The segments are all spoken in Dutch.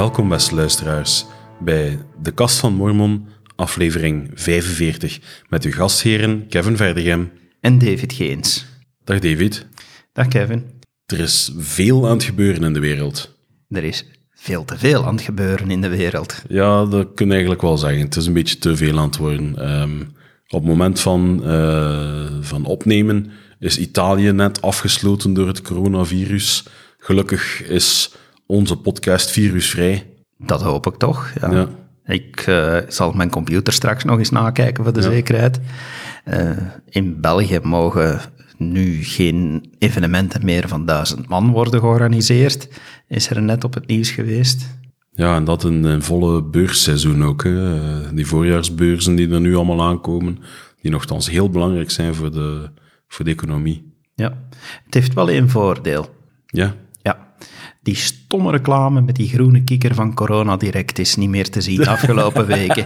Welkom beste luisteraars bij De Kast van Mormon, aflevering 45, met uw gastheren Kevin Verdegem en David Geens. Dag David. Dag Kevin. Er is veel aan het gebeuren in de wereld. Er is veel te veel aan het gebeuren in de wereld. Ja, dat kun je eigenlijk wel zeggen. Het is een beetje te veel aan het worden. Op het moment van opnemen is Italië net afgesloten door het coronavirus. Gelukkig is onze podcast virusvrij. Dat hoop ik toch, ja. Ja. Ik zal mijn computer straks nog eens nakijken voor de zekerheid. In België mogen nu geen evenementen meer van 1000 man worden georganiseerd. Is er net op het nieuws geweest. Ja, en dat in een volle beursseizoen ook. Hè. Die voorjaarsbeurzen die er nu allemaal aankomen, die nogthans heel belangrijk zijn voor de economie. Ja, het heeft wel één voordeel. Ja. Ja, die stomme reclame met die groene kikker van Corona Direct is niet meer te zien de afgelopen weken.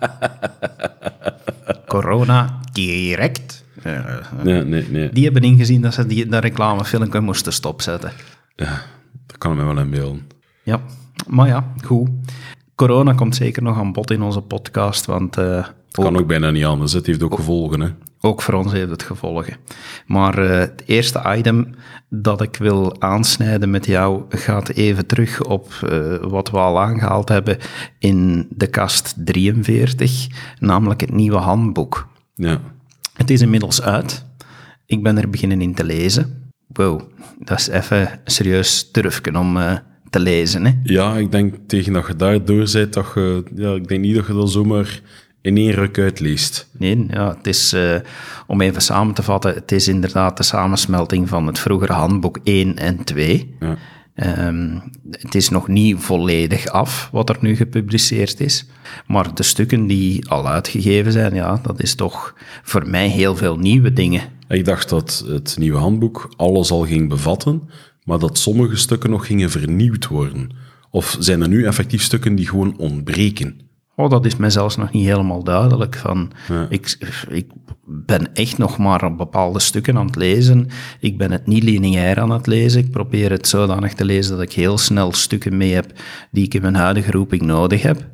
Corona Direct. Nee. Die hebben ingezien dat ze dat reclamefilmpje moesten stopzetten. Ja, dat kan ik me wel inbeelden. Ja, maar ja, goed. Corona komt zeker nog aan bod in onze podcast, want... Het kan ook bijna niet anders, het heeft ook gevolgen, hè. Ook voor ons heeft het gevolgen. Maar het eerste item dat ik wil aansnijden met jou gaat even terug op wat we al aangehaald hebben in de kast 43, namelijk het nieuwe handboek. Ja. Het is inmiddels uit. Ik ben er beginnen in te lezen. Wow, dat is even een serieus turfje om te lezen, hè? Ja, ik denk tegen dat je daar door bent, dat je... Ja, ik denk niet dat je dat zomaar in één ruk uitleest. Nee, ja, het is, om even samen te vatten, het is inderdaad de samensmelting van het vroegere handboek 1 en 2. Ja. Het is nog niet volledig af, wat er nu gepubliceerd is. Maar de stukken die al uitgegeven zijn, ja, dat is toch voor mij heel veel nieuwe dingen. Ik dacht dat het nieuwe handboek alles al ging bevatten, maar dat sommige stukken nog gingen vernieuwd worden. Of zijn er nu effectief stukken die gewoon ontbreken? Oh, dat is mij zelfs nog niet helemaal duidelijk. Ja. Ik ben echt nog maar op bepaalde stukken aan het lezen. Ik ben het niet lineair aan het lezen. Ik probeer het zodanig te lezen dat ik heel snel stukken mee heb die ik in mijn huidige roeping nodig heb.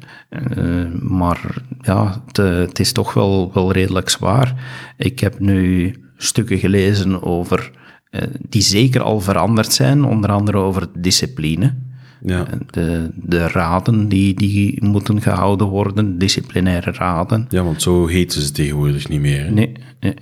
Maar ja, het is toch wel redelijk zwaar. Ik heb nu stukken gelezen over die zeker al veranderd zijn, onder andere over discipline. Ja. De raden die moeten gehouden worden, disciplinaire raden. Ja, want zo heten ze tegenwoordig niet meer. Hè? Nee.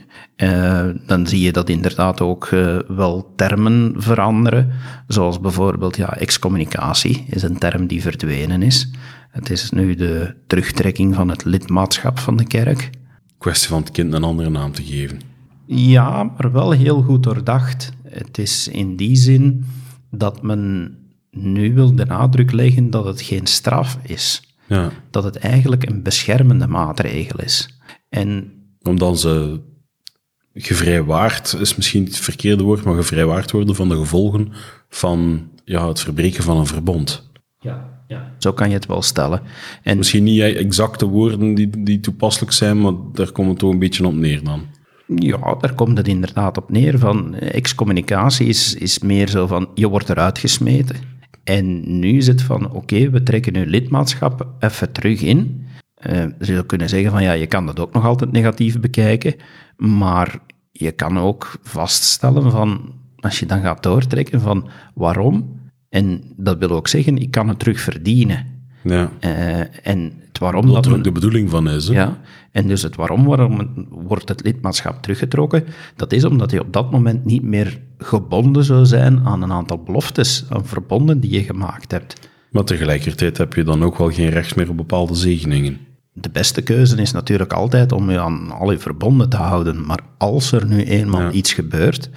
Dan zie je dat inderdaad ook wel termen veranderen, zoals bijvoorbeeld excommunicatie is een term die verdwenen is. Het is nu de terugtrekking van het lidmaatschap van de kerk. Kwestie van het kind een andere naam te geven. Ja, maar wel heel goed doordacht. Het is in die zin dat men nu wil de nadruk leggen dat het geen straf is. Ja. Dat het eigenlijk een beschermende maatregel is. En omdat ze gevrijwaard, is misschien het verkeerde woord, maar gevrijwaard worden van de gevolgen van het verbreken van een verbond. Ja. Zo kan je het wel stellen. En misschien niet exacte woorden die toepasselijk zijn, maar daar komt het toch een beetje op neer dan. Ja, daar komt het inderdaad op neer. Van excommunicatie is meer zo van, je wordt eruit gesmeten. En nu is het van, oké, we trekken uw lidmaatschap even terug in. Je zou kunnen zeggen van, je kan dat ook nog altijd negatief bekijken, maar je kan ook vaststellen van, als je dan gaat doortrekken van, waarom? En dat wil ook zeggen, ik kan het terug verdienen. Ja. En het waarom dat er ook de bedoeling van is. Hè? Ja, en dus het waarom wordt het lidmaatschap teruggetrokken, dat is omdat je op dat moment niet meer gebonden zou zijn aan een aantal beloftes, aan verbonden die je gemaakt hebt. Maar tegelijkertijd heb je dan ook wel geen recht meer op bepaalde zegeningen. De beste keuze is natuurlijk altijd om je aan al je verbonden te houden, maar als er nu eenmaal iets gebeurt,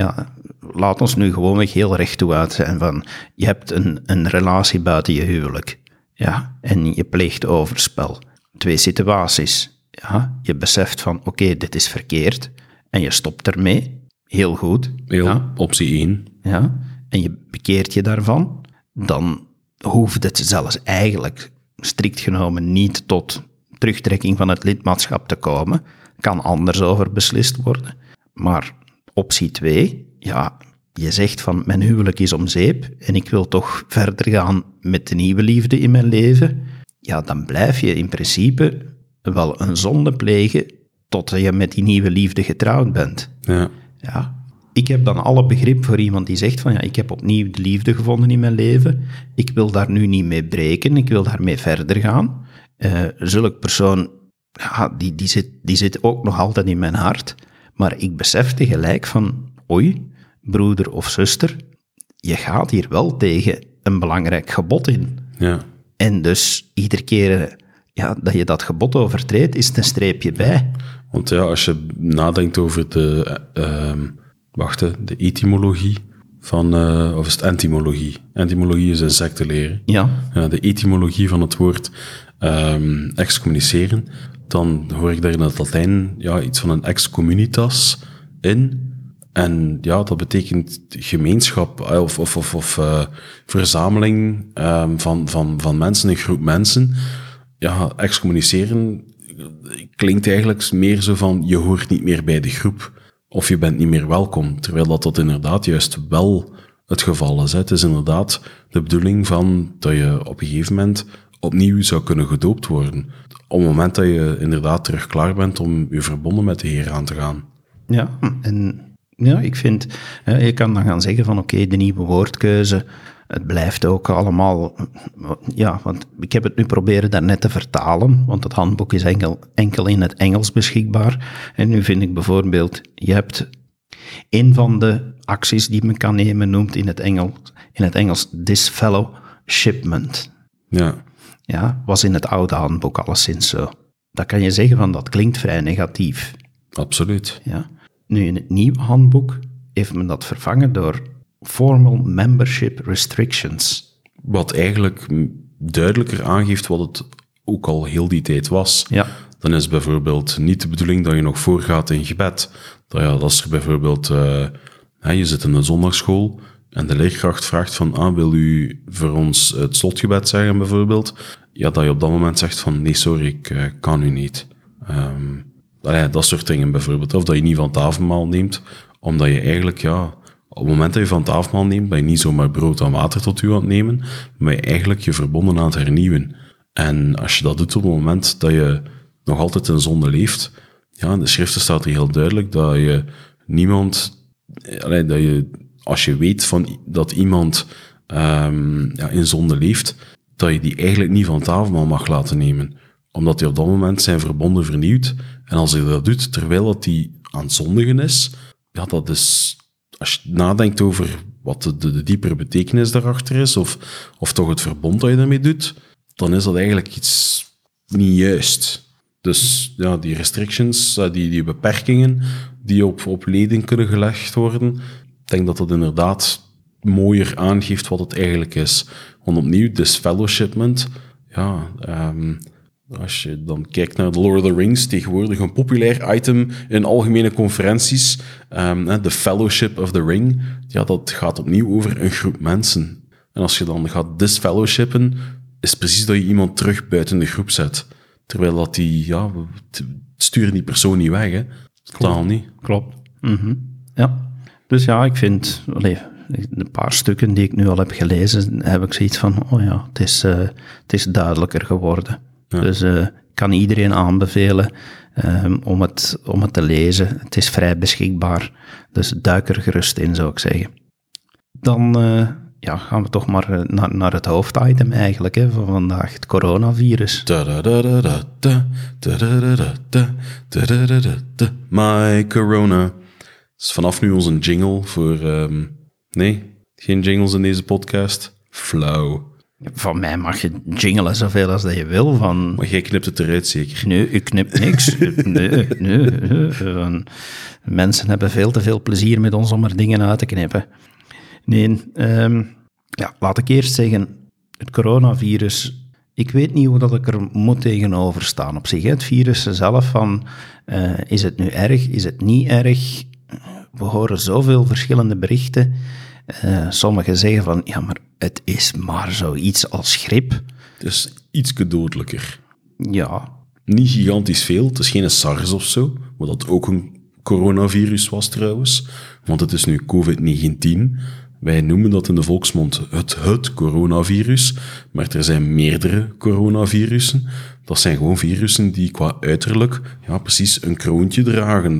laat ons nu gewoonweg heel recht toe uit zijn van, je hebt een relatie buiten je huwelijk. Ja, en je pleegt overspel. 2 situaties. Ja, je beseft van, oké, dit is verkeerd. En je stopt ermee. Heel goed. Optie 1. Ja, en je bekeert je daarvan. Dan hoeft het zelfs eigenlijk, strikt genomen, niet tot terugtrekking van het lidmaatschap te komen. Kan anders over beslist worden. Maar optie 2, je zegt van mijn huwelijk is om zeep en ik wil toch verder gaan met de nieuwe liefde in mijn leven, ja, dan blijf je in principe wel een zonde plegen tot je met die nieuwe liefde getrouwd bent. Ja. Ja. Ik heb dan alle begrip voor iemand die zegt van ja, ik heb opnieuw de liefde gevonden in mijn leven, ik wil daar nu niet mee breken, ik wil daarmee verder gaan. Zulk persoon, ja, die zit ook nog altijd in mijn hart, maar ik besef tegelijk van, oei, broeder of zuster, je gaat hier wel tegen een belangrijk gebod in. Ja. En dus iedere keer dat je dat gebod overtreedt, is het een streepje bij. Want ja, als je nadenkt over de etymologie van, of is het entomologie? Entomologie is insectenleren. Ja. De etymologie van het woord excommuniceren, dan hoor ik daar in het Latijn iets van een ex communitas in. En ja, dat betekent gemeenschap of verzameling van mensen, een groep mensen. Ja, excommuniceren klinkt eigenlijk meer zo van je hoort niet meer bij de groep of je bent niet meer welkom, terwijl dat inderdaad juist wel het geval is. Het is inderdaad de bedoeling van dat je op een gegeven moment opnieuw zou kunnen gedoopt worden. Op het moment dat je inderdaad terug klaar bent om je verbonden met de Heer aan te gaan. Ja, en ja, ik vind, je kan dan gaan zeggen van oké, de nieuwe woordkeuze, het blijft ook allemaal, ja, want ik heb het nu proberen daarnet te vertalen, want het handboek is enkel in het Engels beschikbaar. En nu vind ik bijvoorbeeld, je hebt een van de acties die men kan nemen, noemt in het Engels disfellowshipment. Ja. Ja, was in het oude handboek alleszins zo. Dan kan je zeggen van dat klinkt vrij negatief. Absoluut. Ja. Nu, in het nieuwe handboek heeft men dat vervangen door formal membership restrictions. Wat eigenlijk duidelijker aangeeft wat het ook al heel die tijd was. Ja. Dan is bijvoorbeeld niet de bedoeling dat je nog voorgaat in gebed. Dat is er bijvoorbeeld, je zit in een zondagschool en de leerkracht vraagt van, wil u voor ons het slotgebed zeggen bijvoorbeeld? Ja, dat je op dat moment zegt van, nee, sorry, ik kan u niet. Dat soort dingen bijvoorbeeld. Of dat je niet van het avondmaal neemt, omdat je eigenlijk, op het moment dat je van het avondmaal neemt, ben je niet zomaar brood en water tot u aan het nemen, maar je eigenlijk je verbonden aan het hernieuwen. En als je dat doet op het moment dat je nog altijd in zonde leeft, in de schriften staat er heel duidelijk dat je als je weet dat iemand in zonde leeft, dat je die eigenlijk niet van het avondmaal mag laten nemen. Omdat hij op dat moment zijn verbonden vernieuwt. En als hij dat doet, terwijl dat hij aan het zondigen is, dat is, als je nadenkt over wat de diepere betekenis daarachter is, of toch het verbond dat je daarmee doet, dan is dat eigenlijk iets niet juist. Dus die restrictions, die beperkingen die op leden kunnen gelegd worden, ik denk dat dat inderdaad mooier aangeeft wat het eigenlijk is. Want opnieuw, disfellowshipment, als je dan kijkt naar The Lord of the Rings, tegenwoordig een populair item in algemene conferenties, The Fellowship of the Ring, dat gaat opnieuw over een groep mensen. En als je dan gaat disfellowshippen, is het precies dat je iemand terug buiten de groep zet. Terwijl dat we sturen die persoon niet weg, hè. Totaal niet. Klopt. Mm-hmm. Ja. Dus ik vind, een paar stukken die ik nu al heb gelezen, heb ik zoiets van, het is duidelijker geworden. Ja. Dus ik kan iedereen aanbevelen om het te lezen. Het is vrij beschikbaar, dus duik er gerust in, zou ik zeggen. Dan gaan we toch maar naar het hoofditem eigenlijk van vandaag, het coronavirus. My corona. Dat is vanaf nu onze jingle voor... nee, geen jingles in deze podcast. Flauw. Van mij mag je jingelen zoveel als dat je wil. Maar jij knipt het eruit, zeker? Nee, ik knip niks. Nee. Mensen hebben veel te veel plezier met ons om er dingen uit te knippen. Nee, laat ik eerst zeggen, het coronavirus, ik weet niet hoe dat ik er moet tegenover staan op zich. Het virus zelf, is het nu erg, is het niet erg? We horen zoveel verschillende berichten. Sommigen zeggen van, maar het is maar zoiets als griep. Het is ietske dodelijker. Ja. Niet gigantisch veel, het is geen SARS of zo, maar dat ook een coronavirus was trouwens, want het is nu COVID-19. Wij noemen dat in de volksmond het coronavirus, maar er zijn meerdere coronavirussen. Dat zijn gewoon virussen die qua uiterlijk precies een kroontje dragen.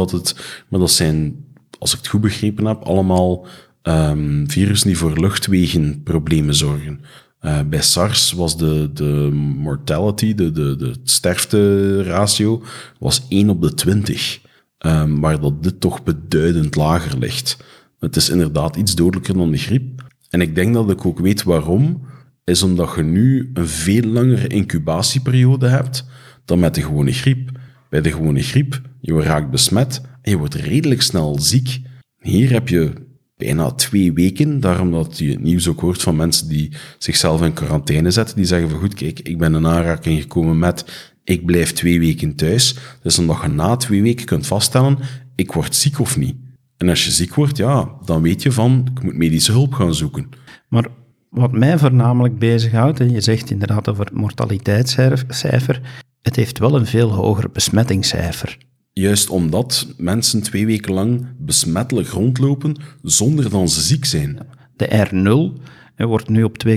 Maar dat zijn, als ik het goed begrepen heb, allemaal virussen die voor luchtwegenproblemen zorgen. Bij SARS was de mortality, de sterfteratio, was 1 op de 20. Waar dat dit toch beduidend lager ligt. Het is inderdaad iets dodelijker dan de griep. En ik denk dat ik ook weet waarom, is omdat je nu een veel langere incubatieperiode hebt dan met de gewone griep. Bij de gewone griep, je raakt besmet en je wordt redelijk snel ziek. Hier heb je bijna 2 weken, daarom dat je het nieuws ook hoort van mensen die zichzelf in quarantaine zetten, die zeggen van goed, kijk, ik ben in aanraking gekomen met, ik blijf 2 weken thuis. Dus omdat je na 2 weken kunt vaststellen, ik word ziek of niet. En als je ziek wordt, dan weet je van, ik moet medische hulp gaan zoeken. Maar wat mij voornamelijk bezighoudt, en je zegt inderdaad over het mortaliteitscijfer, het heeft wel een veel hoger besmettingscijfer. Juist omdat mensen 2 weken lang besmettelijk rondlopen, zonder dat ze ziek zijn. De R0 wordt nu op 2,6,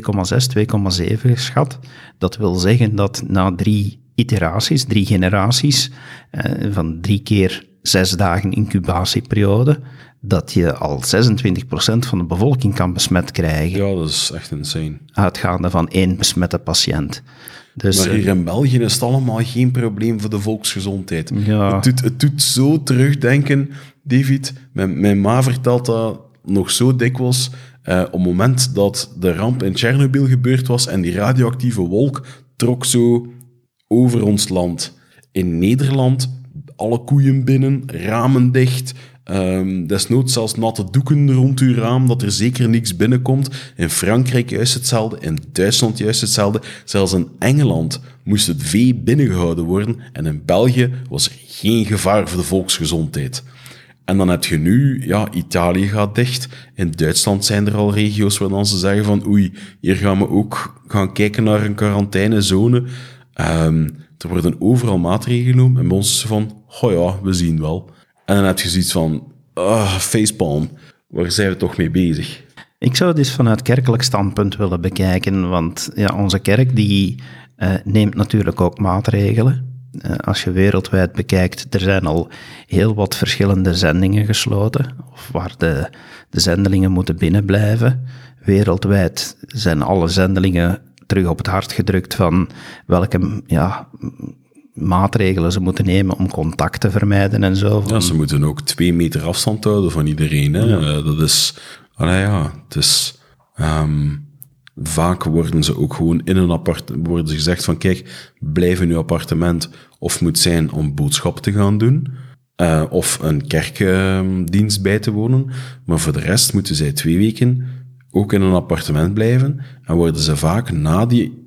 2,7 geschat. Dat wil zeggen dat na 3 iteraties, 3 generaties, van 3 keer 6 dagen incubatieperiode, dat je al 26% van de bevolking kan besmet krijgen. Ja, dat is echt insane. Uitgaande van 1 besmette patiënt. Dus, maar hier in België is het allemaal geen probleem voor de volksgezondheid. Ja. Het doet zo terugdenken, David. Mijn ma vertelt dat nog zo dikwijls. Op het moment dat de ramp in Tsjernobyl gebeurd was en die radioactieve wolk trok zo over ons land. In Nederland, alle koeien binnen, ramen dicht, desnoods zelfs natte doeken rond uw raam, dat er zeker niks binnenkomt. In Frankrijk juist hetzelfde, in Duitsland juist hetzelfde. Zelfs in Engeland moest het vee binnengehouden worden en in België was er geen gevaar voor de volksgezondheid. En dan heb je nu, Italië gaat dicht. In Duitsland zijn er al regio's waar dan ze zeggen van oei, hier gaan we ook gaan kijken naar een quarantainezone. Er worden overal maatregelen genomen en bij ons is het van, we zien wel. En dan heb je zoiets van, facepalm, waar zijn we toch mee bezig? Ik zou het eens vanuit kerkelijk standpunt willen bekijken, want onze kerk die neemt natuurlijk ook maatregelen. Als je wereldwijd bekijkt, er zijn al heel wat verschillende zendingen gesloten, of waar de zendelingen moeten binnenblijven. Wereldwijd zijn alle zendelingen terug op het hart gedrukt van welke maatregelen ze moeten nemen om contact te vermijden en zo. Ja, ze moeten ook 2 meter afstand houden van iedereen. Hè? Ja. Dat is... het is... vaak worden ze ook gewoon in een appartement... worden ze gezegd van, kijk, blijf in uw appartement of moet zijn om boodschap te gaan doen. Of een kerkdienst bij te wonen. Maar voor de rest moeten zij 2 weken ook in een appartement blijven. En worden ze vaak na die...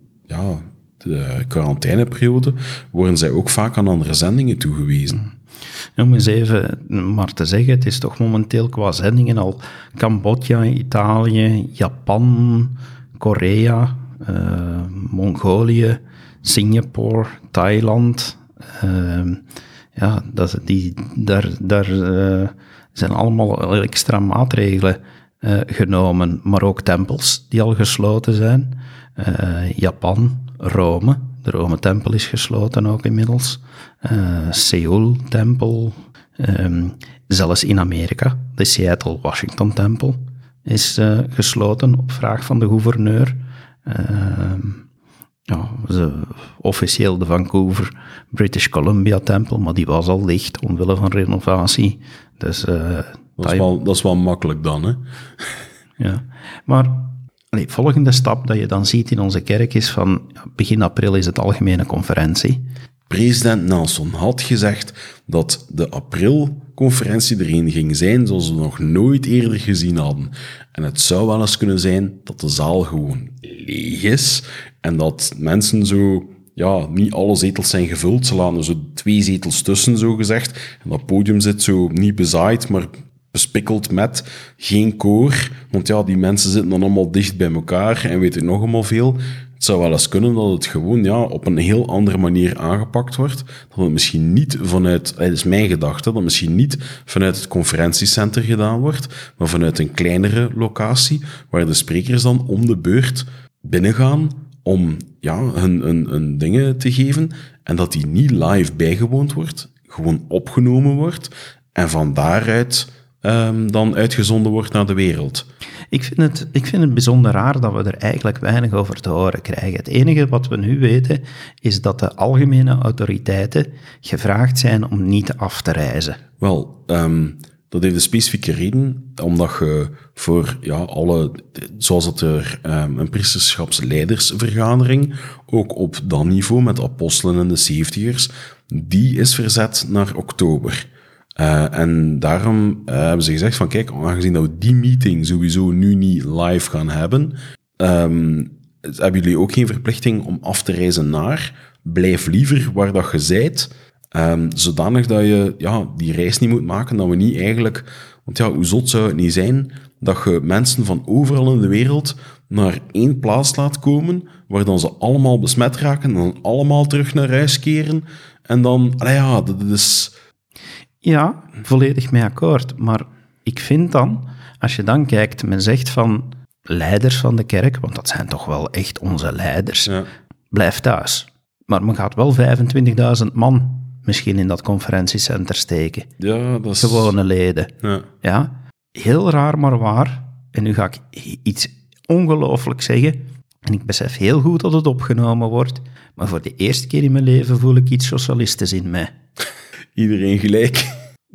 de quarantaineperiode, worden zij ook vaak aan andere zendingen toegewezen. Om eens even maar te zeggen, het is toch momenteel qua zendingen al Cambodja, Italië, Japan, Korea, Mongolië, Singapore, Thailand. Daar zijn allemaal extra maatregelen genomen, maar ook tempels die al gesloten zijn. Japan, Rome. De Rome-tempel is gesloten ook inmiddels. Seoul-tempel. Zelfs in Amerika, de Seattle-Washington-tempel is gesloten op vraag van de gouverneur. Officieel de Vancouver British Columbia-tempel, maar die was al dicht omwille van renovatie. Dus, dat is wel makkelijk dan, hè? Ja, maar... De volgende stap dat je dan ziet in onze kerk is van begin april is het algemene conferentie. President Nelson had gezegd dat de aprilconferentie erin ging zijn zoals we nog nooit eerder gezien hadden. En het zou wel eens kunnen zijn dat de zaal gewoon leeg is en dat mensen zo... niet alle zetels zijn gevuld. Ze laten er zo 2 zetels tussen, zo gezegd. En dat podium zit zo niet bezaaid, maar... bespikkeld met geen koor, want die mensen zitten dan allemaal dicht bij elkaar en weet ik nog allemaal veel. Het zou wel eens kunnen dat het gewoon op een heel andere manier aangepakt wordt. Dat het misschien niet vanuit, dat is mijn gedachte, dat het misschien niet vanuit het conferentiecentrum gedaan wordt, maar vanuit een kleinere locatie, waar de sprekers dan om de beurt binnengaan om hun dingen te geven, en dat die niet live bijgewoond wordt, gewoon opgenomen wordt, en van daaruit dan uitgezonden wordt naar de wereld. Ik vind het bijzonder raar dat we er eigenlijk weinig over te horen krijgen. Het enige wat we nu weten is dat de algemene autoriteiten gevraagd zijn om niet af te reizen. Wel, dat heeft een specifieke reden, omdat je voor alle, zoals het er een priesterschapsleidersvergadering, ook op dat niveau met apostelen in de 70ers, die is verzet naar oktober. En daarom hebben ze gezegd van, kijk, aangezien dat we die meeting sowieso nu niet live gaan hebben, hebben jullie ook geen verplichting om af te reizen naar. Blijf liever waar dat je zijt, zodanig dat je die reis niet moet maken, dat we niet eigenlijk... Want hoe zot zou het niet zijn dat je mensen van overal in de wereld naar één plaats laat komen, waar dan ze allemaal besmet raken, en dan allemaal terug naar huis keren, en dan... dat is... Ja, volledig mee akkoord. Maar ik vind dan, als je dan kijkt, men zegt van leiders van de kerk, want dat zijn toch wel echt onze leiders, blijf thuis. Maar men gaat wel 25.000 man misschien in dat conferentiecentrum steken. Ja, dat is... Gewone leden. Ja. Heel raar, maar waar. En nu ga ik iets ongelooflijk zeggen. En ik besef heel goed dat het opgenomen wordt. Maar voor de eerste keer in mijn leven voel ik iets socialistisch in mij. Iedereen gelijk.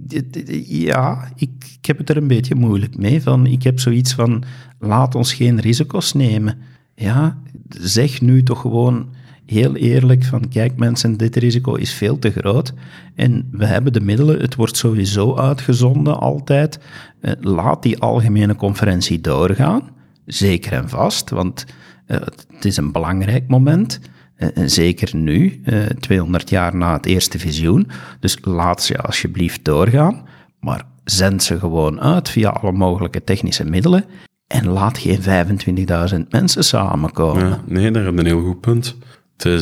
Ja, ik heb het er een beetje moeilijk mee. Ik heb zoiets van, laat ons geen risico's nemen. Ja, zeg nu toch gewoon heel eerlijk van, kijk mensen, dit risico is veel te groot. En we hebben de middelen, het wordt sowieso uitgezonden altijd. Laat die algemene conferentie doorgaan. Zeker en vast, want het is een belangrijk moment. Zeker nu, 200 jaar na het eerste visioen. Dus laat ze alsjeblieft doorgaan, maar zend ze gewoon uit via alle mogelijke technische middelen en laat geen 25.000 mensen samenkomen. Ja, nee, daar heb je een heel goed punt. Het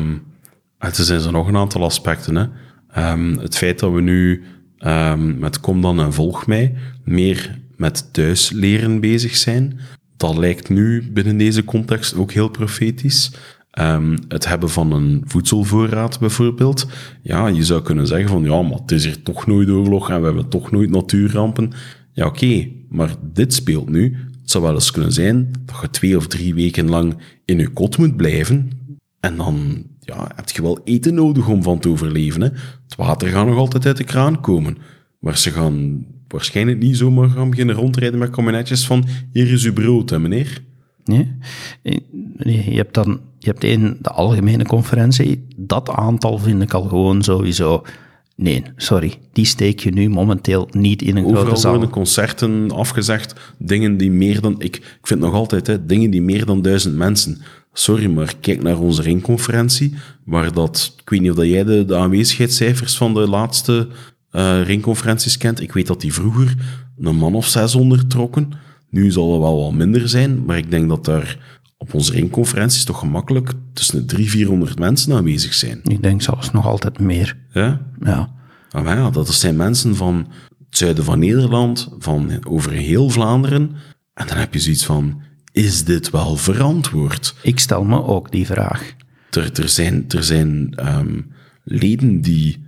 zijn zo nog een aantal aspecten. Hè. Het feit dat we nu met Kom dan en Volg mij meer met thuisleren bezig zijn, dat lijkt nu binnen deze context ook heel profetisch. Het hebben van een voedselvoorraad bijvoorbeeld. Ja, je zou kunnen zeggen van, maar het is hier toch nooit oorlog en we hebben toch nooit natuurrampen. Ja, oké, maar dit speelt nu. Het zou wel eens kunnen zijn dat je 2 of 3 weken lang in je kot moet blijven en dan heb je wel eten nodig om van te overleven. Hè. Het water gaat nog altijd uit de kraan komen, maar ze gaan waarschijnlijk niet zomaar gaan beginnen rondrijden met kabinetjes van, hier is uw brood, hè, meneer. Nee, je hebt de algemene conferentie. Dat aantal vind ik al gewoon sowieso... Nee, sorry, die steek je nu momenteel niet in een grote zaal. Overal worden concerten afgezegd, dingen die meer dan... Ik vind nog altijd, dingen die meer dan 1000 mensen... Sorry, maar kijk naar onze ringconferentie, waar dat... Ik weet niet of jij de aanwezigheidscijfers van de laatste ringconferenties kent. Ik weet dat die vroeger een man of 600 trokken. Nu zal het wel wat minder zijn, maar ik denk dat daar op onze ringconferenties toch gemakkelijk tussen de 300-400 mensen aanwezig zijn. Ik denk zelfs nog altijd meer. Ja? Ja. Maar dat zijn mensen van het zuiden van Nederland, van over heel Vlaanderen. En dan heb je zoiets van, is dit wel verantwoord? Ik stel me ook die vraag. Er zijn leden die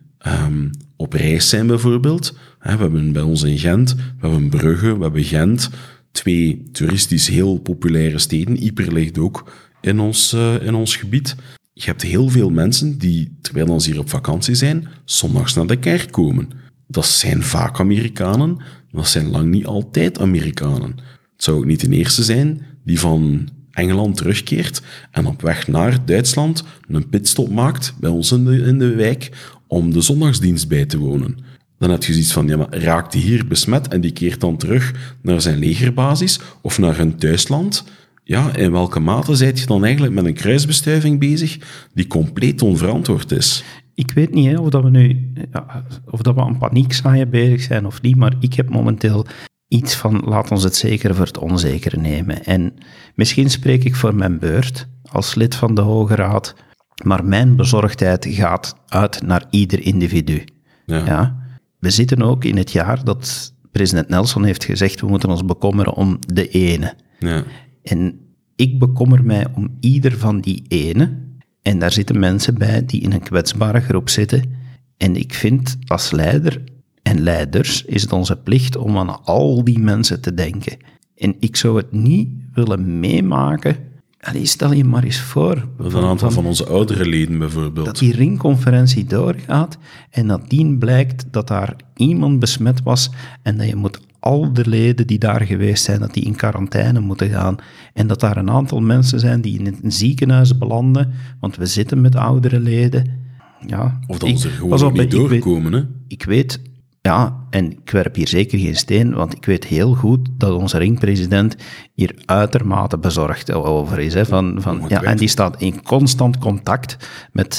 op reis zijn bijvoorbeeld. We hebben bij ons in Gent, we hebben Brugge, we hebben Gent... 2 toeristisch heel populaire steden. Yper ligt ook in ons gebied. Je hebt heel veel mensen die, terwijl ze hier op vakantie zijn, zondags naar de kerk komen. Dat zijn vaak Amerikanen, maar dat zijn lang niet altijd Amerikanen. Het zou ook niet de eerste zijn die van Engeland terugkeert en op weg naar Duitsland een pitstop maakt bij ons in de wijk om de zondagsdienst bij te wonen. Dan heb je zoiets van, maar raakt die hier besmet en die keert dan terug naar zijn legerbasis of naar hun thuisland? Ja, in welke mate zijt je dan eigenlijk met een kruisbestuiving bezig die compleet onverantwoord is? Ik weet niet of dat we nu of dat we aan paniekzaaien bezig zijn of niet, maar ik heb momenteel iets van, laat ons het zekere voor het onzekere nemen. En misschien spreek ik voor mijn beurt als lid van de Hoge Raad, maar mijn bezorgdheid gaat uit naar ieder individu. Ja. We zitten ook in het jaar dat president Nelson heeft gezegd, we moeten ons bekommeren om de ene. Ja. En ik bekommer mij om ieder van die ene. En daar zitten mensen bij die in een kwetsbare groep zitten. En ik vind, als leider en leiders, is het onze plicht om aan al die mensen te denken. En ik zou het niet willen meemaken. Allee, stel je maar eens voor. Een aantal van onze oudere leden bijvoorbeeld. Dat die ringconferentie doorgaat en nadien blijkt dat daar iemand besmet was en dat je moet al de leden die daar geweest zijn, dat die in quarantaine moeten gaan. En dat daar een aantal mensen zijn die in een ziekenhuis belanden, want we zitten met oudere leden. Ja, of dat ze er gewoon niet doorkomen, hè? Ik weet, ja, en ik werp hier zeker geen steen, want ik weet heel goed dat onze ringpresident hier uitermate bezorgd over is. Hè, en die staat in constant contact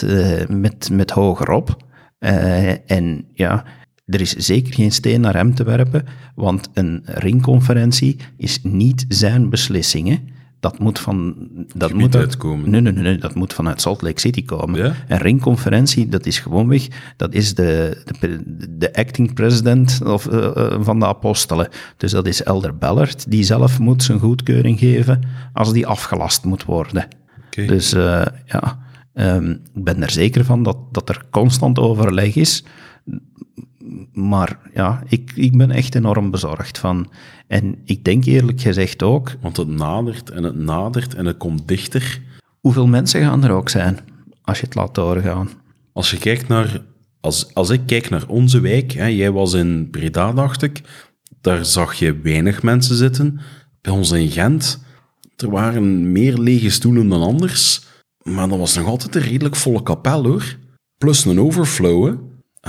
met hogerop. En ja, er is zeker geen steen naar hem te werpen, want een ringconferentie is niet zijn beslissing, hè. Dat moet uitkomen. Nee, dat moet vanuit Salt Lake City komen. Ja? Een ringconferentie, dat is gewoonweg, dat is de acting president van de apostelen. Dus dat is Elder Ballard, die zelf moet zijn goedkeuring geven als die afgelast moet worden. Okay. Dus ik ben er zeker van dat er constant overleg is. Maar ja, ik ben echt enorm bezorgd van. En ik denk eerlijk gezegd ook... Want het nadert en het komt dichter. Hoeveel mensen gaan er ook zijn, als je het laat doorgaan? Als je kijkt naar... Als ik kijk naar onze wijk, hè, jij was in Breda, dacht ik, daar zag je weinig mensen zitten. Bij ons in Gent, er waren meer lege stoelen dan anders, maar dat was nog altijd een redelijk volle kapel, hoor. Plus een overflow, hè.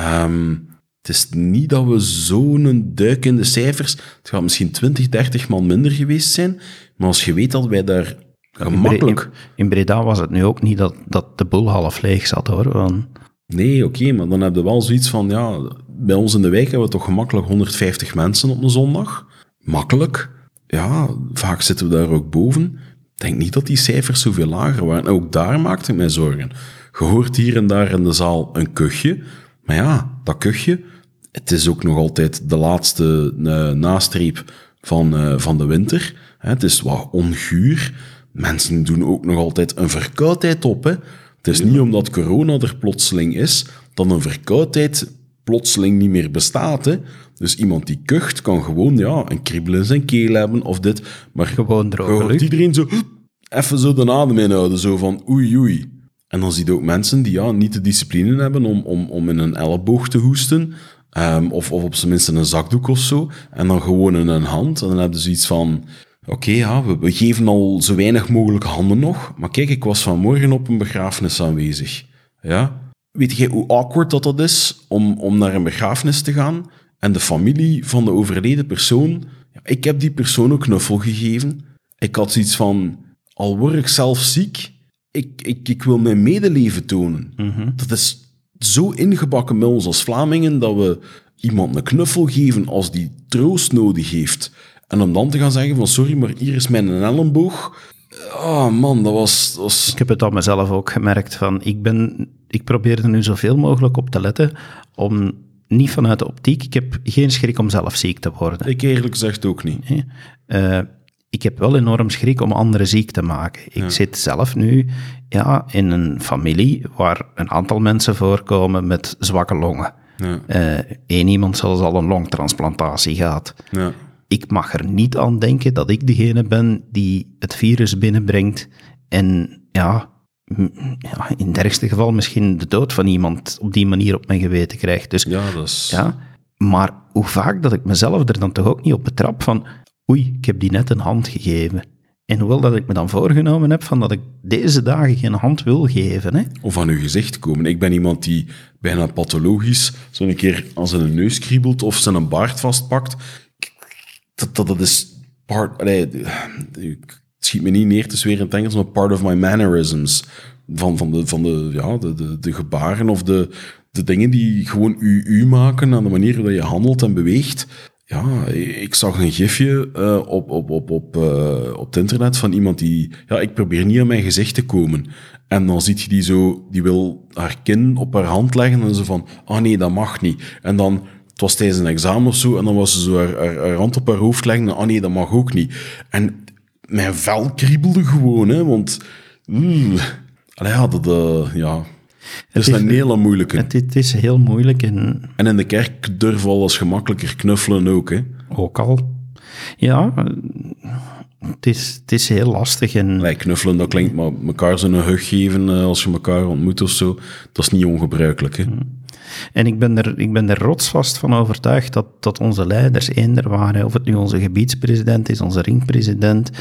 Het is niet dat we zo'n duik in de cijfers... Het gaat misschien 20, 30 man minder geweest zijn, maar als je weet dat wij daar gemakkelijk... In Breda was het nu ook niet dat de boel half leeg zat, hoor. Want... Nee, oké, maar dan heb je wel zoiets van... Ja, bij ons in de wijk hebben we toch gemakkelijk 150 mensen op een zondag. Makkelijk. Ja, vaak zitten we daar ook boven. Ik denk niet dat die cijfers zoveel lager waren. En ook daar maakte ik mij zorgen. Je hoort hier en daar in de zaal een kuchje. Maar ja, dat kuchje... Het is ook nog altijd de laatste nastreep van de winter. Het is wat onguur. Mensen doen ook nog altijd een verkoudheid op. Hè. Het is niet omdat corona er plotseling is, dat een verkoudheid plotseling niet meer bestaat. Hè. Dus iemand die kucht kan gewoon een kriebel in zijn keel hebben of dit. Maar gewoon droge lucht. Iedereen zo even zo de adem inhouden, zo van oei. En dan zie je ook mensen die niet de discipline hebben om in een elleboog te hoesten. Of op zijn minst een zakdoek of zo. En dan gewoon in een hand. En dan hebben ze iets van... Oké, we geven al zo weinig mogelijk handen nog. Maar kijk, ik was vanmorgen op een begrafenis aanwezig. Ja? Weet jij hoe awkward dat is om naar een begrafenis te gaan? En de familie van de overleden persoon... Ik heb die persoon een knuffel gegeven. Ik had zoiets van... Al word ik zelf ziek... Ik wil mijn medeleven tonen. Mm-hmm. Dat is... zo ingebakken met ons als Vlamingen dat we iemand een knuffel geven als die troost nodig heeft. En om dan te gaan zeggen van sorry, maar hier is mijn elleboog. Oh man, dat was... Ik heb het aan mezelf ook gemerkt van ik probeer er nu zoveel mogelijk op te letten om niet vanuit de optiek. Ik heb geen schrik om zelf ziek te worden. Ik eerlijk gezegd ook niet. Nee. Ik heb wel enorm schrik om anderen ziek te maken. Ik zit zelf nu in een familie waar een aantal mensen voorkomen met zwakke longen. Ja. Eén iemand zelfs al een longtransplantatie gehad. Ja. Ik mag er niet aan denken dat ik degene ben die het virus binnenbrengt en in het ergste geval misschien de dood van iemand op die manier op mijn geweten krijgt. Dus, dat is... Ja, maar hoe vaak dat ik mezelf er dan toch ook niet op betrap van oei, ik heb die net een hand gegeven. En hoewel dat ik me dan voorgenomen heb van dat ik deze dagen geen hand wil geven. Hè. Of aan uw gezicht komen. Ik ben iemand die bijna pathologisch zo'n keer aan zijn neus kriebelt of zijn baard vastpakt. Dat is part... het schiet me niet neer te zweren in het Engels, maar part of my mannerisms. Van de gebaren of de dingen die gewoon u maken aan de manier waarop je handelt en beweegt. Ja, ik zag een gifje op het internet van iemand die... Ja, ik probeer niet aan mijn gezicht te komen. En dan ziet je die zo... Die wil haar kin op haar hand leggen en zo van... nee, dat mag niet. En dan... Het was tijdens een examen of zo, en dan was ze zo haar hand op haar hoofd leggen en nee, dat mag ook niet. En mijn vel kriebelde gewoon, hè, want... Het is een hele moeilijke. Het is heel moeilijk. En in de kerk durven we alles gemakkelijker knuffelen ook, hè. Ook al. Ja, het is heel lastig. En... Knuffelen, dat klinkt, maar elkaar zo'n hug geven als je elkaar ontmoet of zo, dat is niet ongebruikelijk, hè. En ik ben er rotsvast van overtuigd dat onze leiders eender waren, of het nu onze gebiedspresident is, onze ringpresident,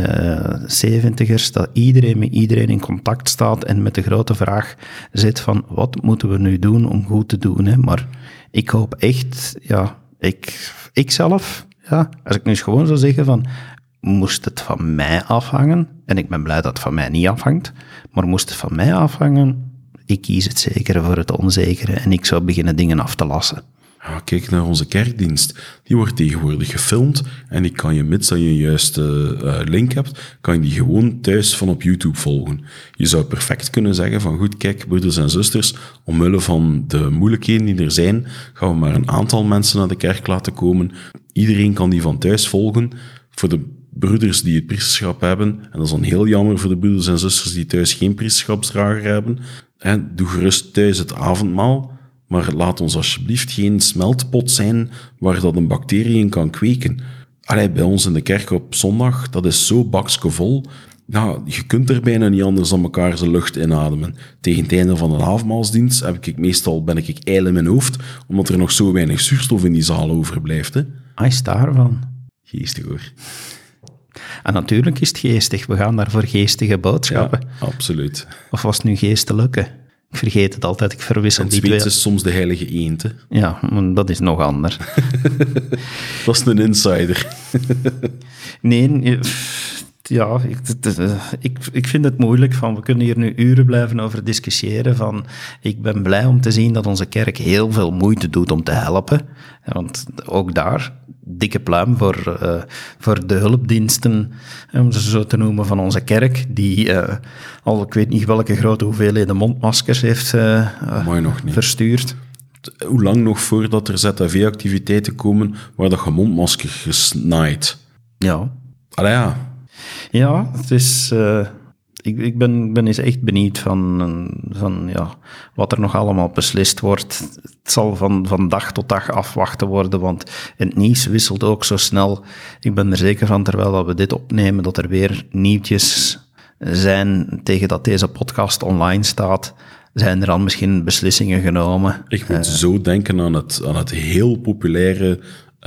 70ers, dat iedereen met iedereen in contact staat en met de grote vraag zit van, wat moeten we nu doen om goed te doen? Hè? Maar ik hoop echt, ja, ik zelf, ja, als ik nu eens gewoon zou zeggen van, moest het van mij afhangen, en ik ben blij dat het van mij niet afhangt, maar moest het van mij afhangen, ik kies het zekere voor het onzekere en ik zou beginnen dingen af te lassen. Ja, kijk naar onze kerkdienst. Die wordt tegenwoordig gefilmd en die kan je, mits dat je een juiste link hebt, kan je die gewoon thuis van op YouTube volgen. Je zou perfect kunnen zeggen van goed, kijk, broeders en zusters, omwille van de moeilijkheden die er zijn, gaan we maar een aantal mensen naar de kerk laten komen. Iedereen kan die van thuis volgen. Voor de broeders die het priesterschap hebben, en dat is dan heel jammer voor de broeders en zusters die thuis geen priesterschapsdrager hebben, doe gerust thuis het avondmaal, maar laat ons alsjeblieft geen smeltpot zijn waar dat een bacterie in kan kweken. Bij ons in de kerk op zondag, dat is zo bakskevol. Ja, je kunt er bijna niet anders dan elkaar zijn lucht inademen. Tegen het einde van een avondmaalsdienst ben ik ijl in mijn hoofd, omdat er nog zo weinig zuurstof in die zaal overblijft. Hè. Is daarvan. Geestig hoor. En natuurlijk is het geestig. We gaan daar voor geestige boodschappen. Ja, absoluut. Of was het nu geestelijke? Ik vergeet het altijd, ik verwissel die twee. En het is soms de heilige eend, hè? Ja, maar dat is nog anders. Dat is een insider. Nee, ja, ik vind het moeilijk. We kunnen hier nu uren blijven over discussiëren. Ik ben blij om te zien dat onze kerk heel veel moeite doet om te helpen. Want ook daar, dikke pluim voor de hulpdiensten, om ze zo te noemen, van onze kerk, die al ik weet niet welke grote hoeveelheden mondmaskers heeft verstuurd. Hoe lang nog voordat er ZAV-activiteiten komen waar dat je mondmasker gesnaait? Ja. Allee, ja. Ja, het is... Ik ben eens echt benieuwd van wat er nog allemaal beslist wordt. Het zal van dag tot dag afwachten worden, want het nieuws wisselt ook zo snel. Ik ben er zeker van, terwijl dat we dit opnemen, dat er weer nieuwtjes zijn tegen dat deze podcast online staat. Zijn er al misschien beslissingen genomen? Ik moet zo denken aan het heel populaire